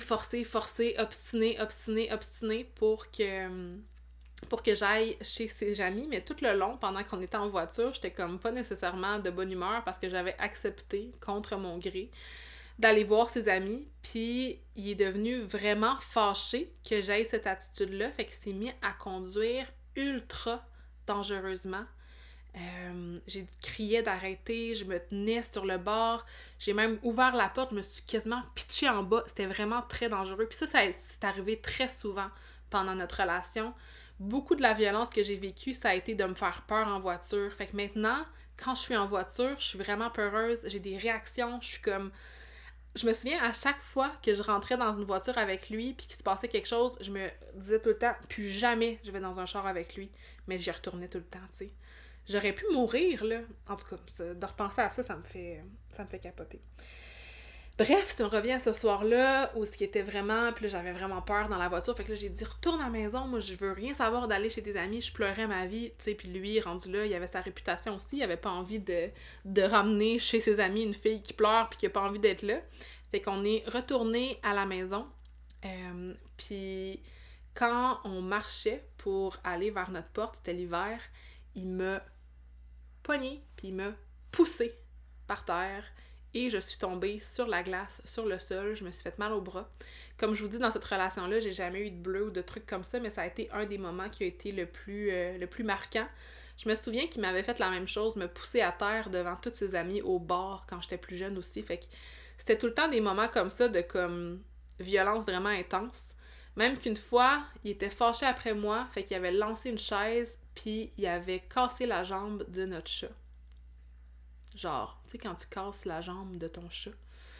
Speaker 1: obstiné pour que j'aille chez ses amis. Mais tout le long, pendant qu'on était en voiture, j'étais comme pas nécessairement de bonne humeur parce que j'avais accepté, contre mon gré, d'aller voir ses amis, puis il est devenu vraiment fâché que j'aille cette attitude-là, fait qu'il s'est mis à conduire ultra dangereusement. J'ai crié d'arrêter, je me tenais sur le bord, j'ai même ouvert la porte, je me suis quasiment pitchée en bas, c'était vraiment très dangereux. Puis ça c'est arrivé très souvent pendant notre relation. Beaucoup de la violence que j'ai vécue, ça a été de me faire peur en voiture. Fait que maintenant, quand je suis en voiture, je suis vraiment peureuse, j'ai des réactions, je suis comme... Je me souviens, à chaque fois que je rentrais dans une voiture avec lui puis qu'il se passait quelque chose, je me disais tout le temps, plus jamais je vais dans un char avec lui. Mais j'y retournais tout le temps, tu sais. J'aurais pu mourir, là. En tout cas, de repenser à ça, ça me fait capoter. Bref, si on revient à ce soir-là, où ce qui était vraiment... Puis là, j'avais vraiment peur dans la voiture. Fait que là, j'ai dit, retourne à la maison. Moi, je veux rien savoir d'aller chez tes amis. Je pleurais ma vie, tu sais. Puis lui, rendu là, il avait sa réputation aussi. Il avait pas envie de ramener chez ses amis une fille qui pleure puis qui a pas envie d'être là. Fait qu'on est retourné à la maison. Puis quand on marchait pour aller vers notre porte, c'était l'hiver, il m'a pogné puis il m'a poussé par terre. Et je suis tombée sur la glace, sur le sol, je me suis fait mal au bras. Comme je vous dis, dans cette relation-là, j'ai jamais eu de bleu ou de trucs comme ça, mais ça a été un des moments qui a été le plus marquant. Je me souviens qu'il m'avait fait la même chose, me pousser à terre devant tous ses amis au bar quand j'étais plus jeune aussi. Fait que c'était tout le temps des moments comme ça de comme violence vraiment intense. Même qu'une fois, il était fâché après moi, fait qu'il avait lancé une chaise, puis il avait cassé la jambe de notre chat. Genre, tu sais, quand tu casses la jambe de ton chat.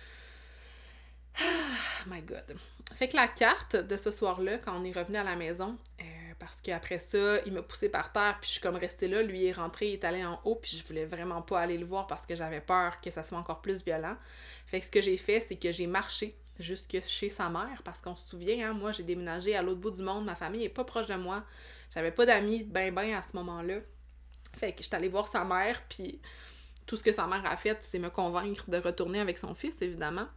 Speaker 1: My God. Fait que la carte de ce soir-là, quand on est revenu à la maison, parce qu'après ça, il m'a poussé par terre, puis je suis comme restée là. Lui est rentré, il est allé en haut, puis je voulais vraiment pas aller le voir parce que j'avais peur que ça soit encore plus violent. Fait que ce que j'ai fait, c'est que j'ai marché jusque chez sa mère, parce qu'on se souvient, hein, moi, j'ai déménagé à l'autre bout du monde, ma famille est pas proche de moi, j'avais pas d'amis ben à ce moment-là. Fait que j'étais allée voir sa mère, puis... Tout ce que sa mère a fait, c'est me convaincre de retourner avec son fils, évidemment.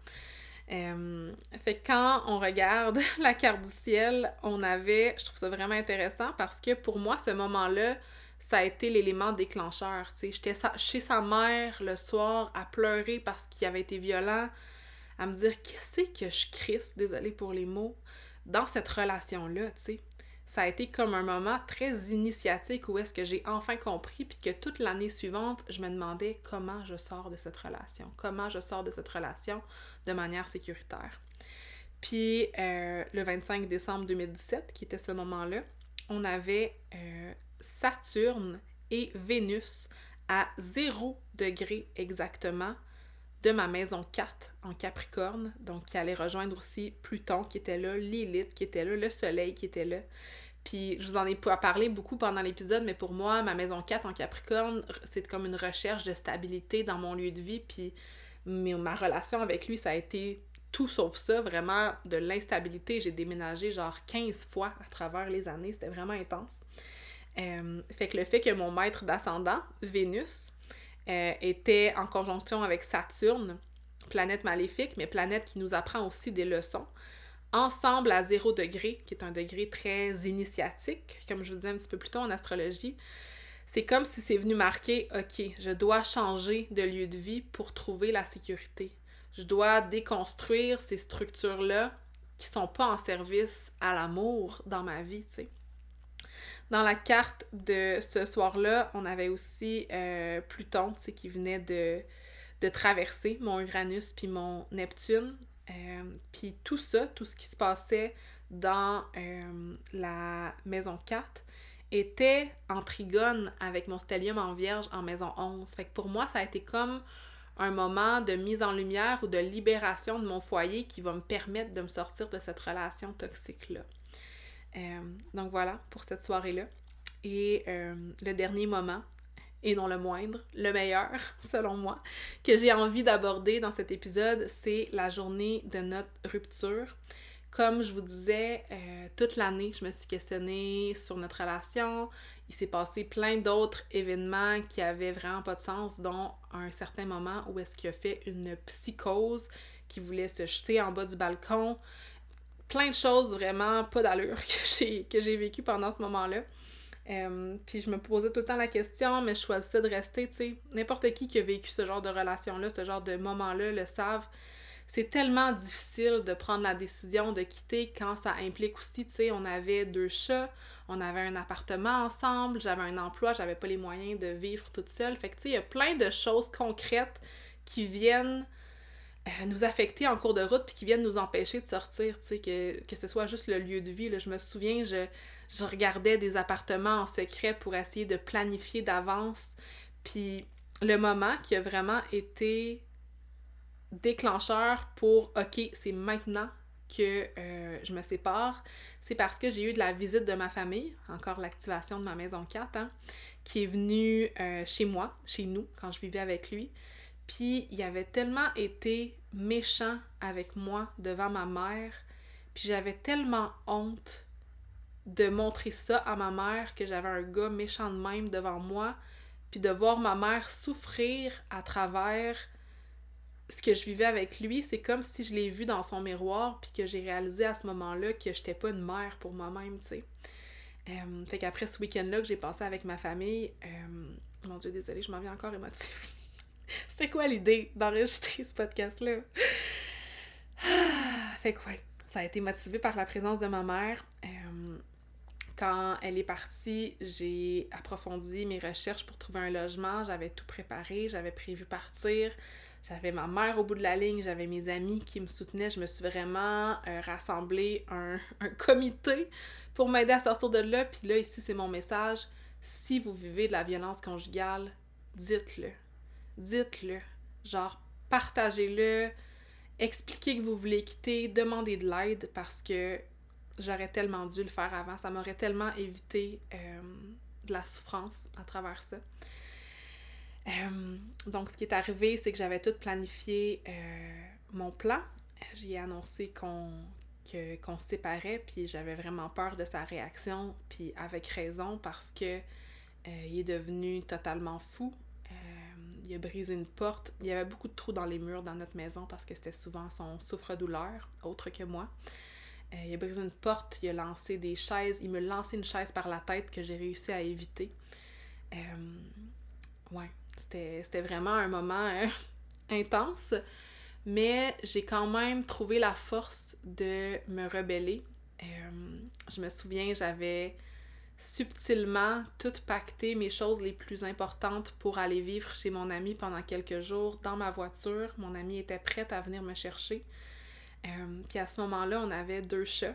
Speaker 1: Fait que quand on regarde la carte du ciel, je trouve ça vraiment intéressant parce que pour moi, ce moment-là, ça a été l'élément déclencheur. T'sais. J'étais chez sa mère le soir à pleurer parce qu'il avait été violent, à me dire qu'est-ce que je crisse, désolée pour les mots, dans cette relation-là, tu sais. Ça a été comme un moment très initiatique où est-ce que j'ai enfin compris, puis que toute l'année suivante, je me demandais comment je sors de cette relation. Comment je sors de cette relation de manière sécuritaire. Puis le 25 décembre 2017, qui était ce moment-là, on avait Saturne et Vénus à 0 degré exactement de ma maison 4 en Capricorne, donc qui allait rejoindre aussi Pluton qui était là, Lilith qui était là, le Soleil qui était là. Puis je vous en ai pas parlé beaucoup pendant l'épisode, mais pour moi, ma maison 4 en Capricorne, c'est comme une recherche de stabilité dans mon lieu de vie, puis ma relation avec lui, ça a été tout sauf ça, vraiment de l'instabilité. J'ai déménagé genre 15 fois à travers les années, c'était vraiment intense. Fait que le fait que mon maître d'ascendant, Vénus, était en conjonction avec Saturne, planète maléfique, mais planète qui nous apprend aussi des leçons, ensemble à 0 degré, qui est un degré très initiatique, comme je vous disais un petit peu plus tôt en astrologie, c'est comme si c'est venu marquer, ok, je dois changer de lieu de vie pour trouver la sécurité. Je dois déconstruire ces structures-là qui sont pas en service à l'amour dans ma vie, tu sais. Dans la carte de ce soir-là, on avait aussi Pluton, tu sais, qui venait de traverser mon Uranus puis mon Neptune. Puis tout ça, tout ce qui se passait dans la maison 4 était en trigone avec mon stellium en vierge en maison 11. Fait que pour moi, ça a été comme un moment de mise en lumière ou de libération de mon foyer qui va me permettre de me sortir de cette relation toxique-là. Donc voilà, pour cette soirée-là. Et le dernier moment, et non le moindre, le meilleur, selon moi, que j'ai envie d'aborder dans cet épisode, c'est la journée de notre rupture. Comme je vous disais, toute l'année, je me suis questionnée sur notre relation. Il s'est passé plein d'autres événements qui avaient vraiment pas de sens, dont un certain moment où est-ce qu'il a fait une psychose, qui voulait se jeter en bas du balcon. Plein de choses vraiment pas d'allure que j'ai vécues pendant ce moment-là. Puis je me posais tout le temps la question, mais je choisissais de rester, tu sais. N'importe qui a vécu ce genre de relation-là, ce genre de moment-là, le savent. C'est tellement difficile de prendre la décision de quitter quand ça implique aussi, tu sais, on avait 2 chats, on avait un appartement ensemble, j'avais un emploi, j'avais pas les moyens de vivre toute seule. Fait que, tu sais, il y a plein de choses concrètes qui viennent nous affecter en cours de route puis qui viennent nous empêcher de sortir, tu sais, que ce soit juste le lieu de vie. Là. Je me souviens, je regardais des appartements en secret pour essayer de planifier d'avance. Puis le moment qui a vraiment été déclencheur pour « OK, c'est maintenant que je me sépare », c'est parce que j'ai eu de la visite de ma famille, encore l'activation de ma maison 4, hein, qui est venue chez moi, chez nous, quand je vivais avec lui. Puis il avait tellement été méchant avec moi devant ma mère, puis j'avais tellement honte de montrer ça à ma mère, que j'avais un gars méchant de même devant moi, puis de voir ma mère souffrir à travers ce que je vivais avec lui. C'est comme si je l'ai vu dans son miroir, puis que j'ai réalisé à ce moment-là que j'étais pas une mère pour moi-même, tu sais. Fait qu'après ce week-end-là que j'ai passé avec ma famille, mon Dieu, désolée, je m'en viens encore émotive. C'était quoi l'idée d'enregistrer ce podcast-là? Fait que ouais, ça a été motivé par la présence de ma mère. Quand elle est partie, j'ai approfondi mes recherches pour trouver un logement. J'avais tout préparé, j'avais prévu partir. J'avais ma mère au bout de la ligne, j'avais mes amis qui me soutenaient. Je me suis vraiment rassemblé un comité pour m'aider à sortir de là. Puis là, ici, c'est mon message. Si vous vivez de la violence conjugale, dites-le. Dites-le. Genre, partagez-le. Expliquez que vous voulez quitter. Demandez de l'aide parce que j'aurais tellement dû le faire avant. Ça m'aurait tellement évité de la souffrance à travers ça. Donc, ce qui est arrivé, c'est que j'avais tout planifié mon plan. J'ai annoncé qu'on se séparait, puis j'avais vraiment peur de sa réaction, puis avec raison, parce que il est devenu totalement fou. Il a brisé une porte. Il y avait beaucoup de trous dans les murs dans notre maison parce que c'était souvent son souffre-douleur, autre que moi. Il a brisé une porte, il a lancé des chaises, il me lançait une chaise par la tête que j'ai réussi à éviter. Ouais, c'était vraiment un moment intense, mais j'ai quand même trouvé la force de me rebeller. Je me souviens, j'avais subtilement tout pacté mes choses les plus importantes pour aller vivre chez mon ami pendant quelques jours dans ma voiture. Mon ami était prête à venir me chercher. Puis à ce moment-là, on avait 2 chats,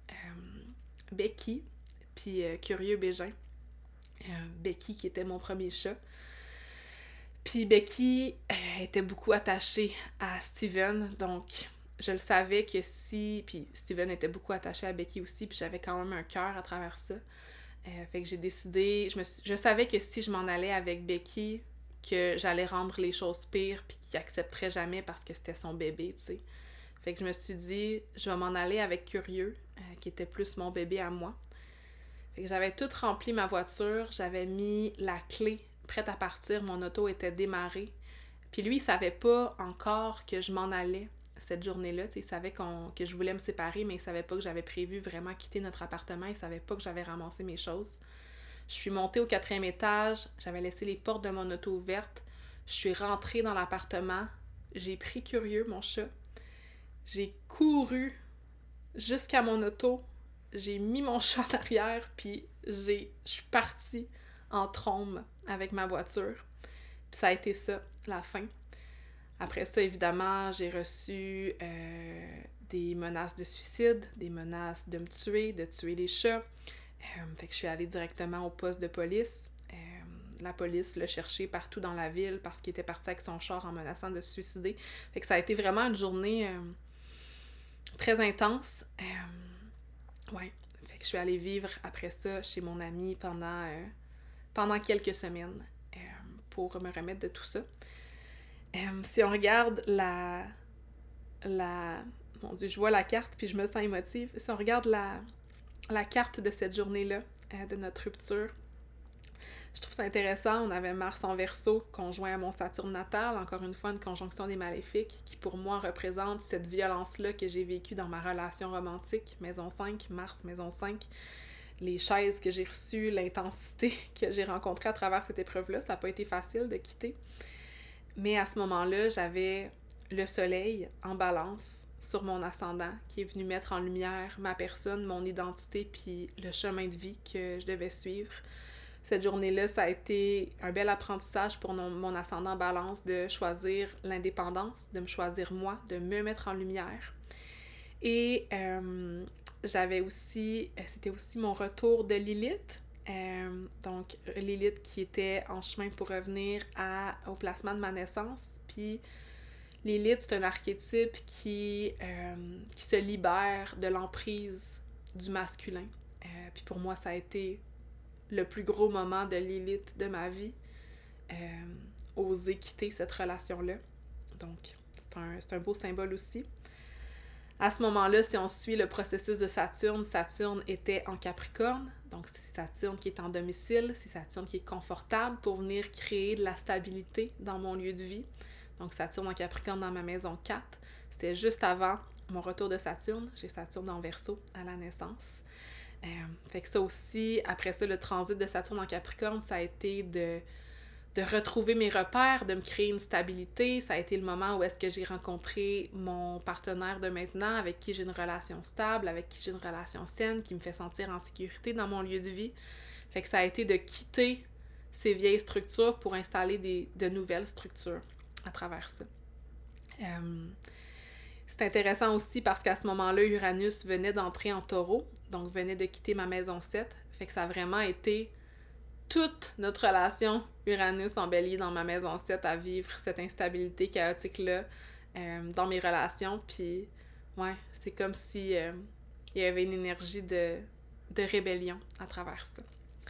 Speaker 1: Becky puis Curieux Bégin. Becky qui était mon premier chat. Puis Becky était beaucoup attachée à Steven, donc je le savais que si... Puis Steven était beaucoup attaché à Becky aussi, puis j'avais quand même un cœur à travers ça. Fait que j'ai décidé... Je savais que si je m'en allais avec Becky, que j'allais rendre les choses pires, puis qu'il accepterait jamais parce que c'était son bébé, tu sais. Fait que je me suis dit, je vais m'en aller avec Curieux, qui était plus mon bébé à moi. Fait que j'avais tout rempli ma voiture, j'avais mis la clé prête à partir, mon auto était démarrée. Puis lui, il savait pas encore que je m'en allais cette journée-là. T'sais, il savait que je voulais me séparer, mais il savait pas que j'avais prévu vraiment quitter notre appartement. Il savait pas que j'avais ramassé mes choses. Je suis montée au 4e étage, j'avais laissé les portes de mon auto ouvertes. Je suis rentrée dans l'appartement, j'ai pris Curieux, mon chat. J'ai couru jusqu'à mon auto, j'ai mis mon chat en arrière, puis je suis partie en trombe avec ma voiture. Puis ça a été ça, la fin. Après ça, évidemment, j'ai reçu des menaces de suicide, des menaces de me tuer, de tuer les chats. Fait que je suis allée directement au poste de police. La police l'a cherché partout dans la ville parce qu'il était parti avec son char en menaçant de se suicider. Fait que ça a été vraiment une journée très intense. Ouais. Fait que je suis allée vivre après ça chez mon ami pendant quelques semaines pour me remettre de tout ça. Si on regarde mon Dieu, je vois la carte puis je me sens émotive. Si on regarde la carte de cette journée-là, de notre rupture, je trouve ça intéressant. On avait Mars en Verseau, conjoint à mon Saturne natal, encore une fois une conjonction des maléfiques, qui pour moi représente cette violence-là que j'ai vécue dans ma relation romantique, maison 5, Mars, maison 5, les chaises que j'ai reçues, l'intensité que j'ai rencontrée à travers cette épreuve-là. Ça n'a pas été facile de quitter. Mais à ce moment-là, j'avais le soleil en balance sur mon ascendant qui est venu mettre en lumière ma personne, mon identité, puis le chemin de vie que je devais suivre. Cette journée-là, ça a été un bel apprentissage pour mon ascendant balance de choisir l'indépendance, de me choisir moi, de me mettre en lumière. Et c'était aussi mon retour de Lilith. Donc, Lilith qui était en chemin pour revenir au placement de ma naissance. Puis, Lilith, c'est un archétype qui se libère de l'emprise du masculin. Puis pour moi, ça a été le plus gros moment de Lilith de ma vie, oser quitter cette relation-là. Donc, c'est un beau symbole aussi. À ce moment-là, si on suit le processus de Saturne, Saturne était en Capricorne, donc c'est Saturne qui est en domicile, c'est Saturne qui est confortable pour venir créer de la stabilité dans mon lieu de vie. Donc Saturne en Capricorne dans ma maison 4, c'était juste avant mon retour de Saturne. J'ai Saturne en Verseau à la naissance. Fait que ça aussi, après ça, le transit de Saturne en Capricorne, ça a été de retrouver mes repères, de me créer une stabilité. Ça a été le moment où est-ce que j'ai rencontré mon partenaire de maintenant, avec qui j'ai une relation stable, avec qui j'ai une relation saine, qui me fait sentir en sécurité dans mon lieu de vie. Fait que ça a été de quitter ces vieilles structures pour installer de nouvelles structures à travers ça. C'est intéressant aussi parce qu'à ce moment-là, Uranus venait d'entrer en Taureau, donc venait de quitter ma maison 7. Fait que ça a vraiment été toute notre relation Uranus en Bélier dans ma maison 7 à vivre cette instabilité chaotique-là dans mes relations. Puis, ouais, c'est comme si il y avait une énergie de rébellion à travers ça.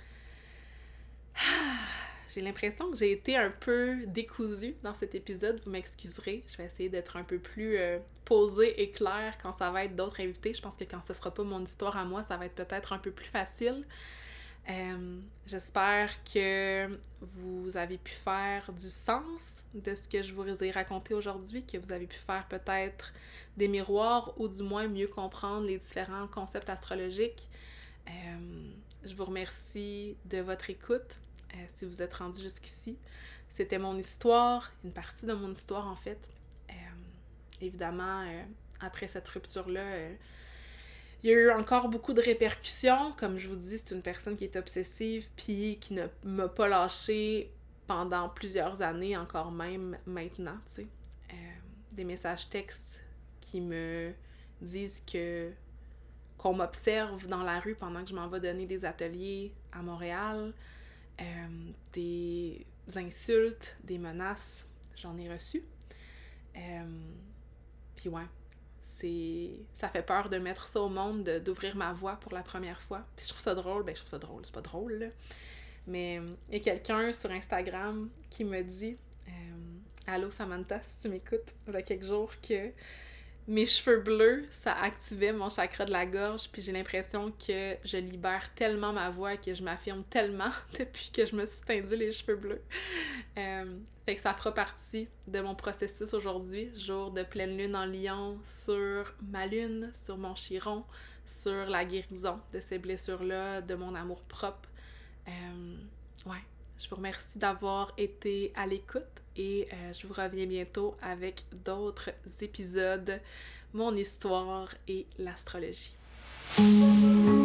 Speaker 1: J'ai l'impression que j'ai été un peu décousue dans cet épisode, vous m'excuserez. Je vais essayer d'être un peu plus posée et claire quand ça va être d'autres invités. Je pense que quand ce sera pas mon histoire à moi, ça va être peut-être un peu plus facile. J'espère que vous avez pu faire du sens de ce que je vous ai raconté aujourd'hui, que vous avez pu faire peut-être des miroirs ou du moins mieux comprendre les différents concepts astrologiques. Je vous remercie de votre écoute. Si vous êtes rendu jusqu'ici, c'était mon histoire, une partie de mon histoire en fait. Évidemment, après cette rupture-là, il y a eu encore beaucoup de répercussions. Comme je vous dis, c'est une personne qui est obsessive puis qui ne m'a pas lâchée pendant plusieurs années, encore même maintenant, tu sais. Des messages textes qui me disent qu'on m'observe dans la rue pendant que je m'en vais donner des ateliers à Montréal. Des insultes, des menaces, j'en ai reçu. Puis ouais, ça fait peur de mettre ça au monde, d'ouvrir ma voix pour la première fois. Puis je trouve ça drôle, c'est pas drôle, là. Mais il y a quelqu'un sur Instagram qui me dit « Allô Samantha, si tu m'écoutes, il y a quelques jours que mes cheveux bleus, ça activait mon chakra de la gorge, puis j'ai l'impression que je libère tellement ma voix, que je m'affirme tellement depuis que je me suis teindu les cheveux bleus. Fait que ça fera partie de mon processus aujourd'hui, jour de pleine lune en Lion, sur ma lune, sur mon chiron, sur la guérison de ces blessures-là, de mon amour propre. Ouais, je vous remercie d'avoir été à l'écoute. Et je vous reviens bientôt avec d'autres épisodes, mon histoire et l'astrologie.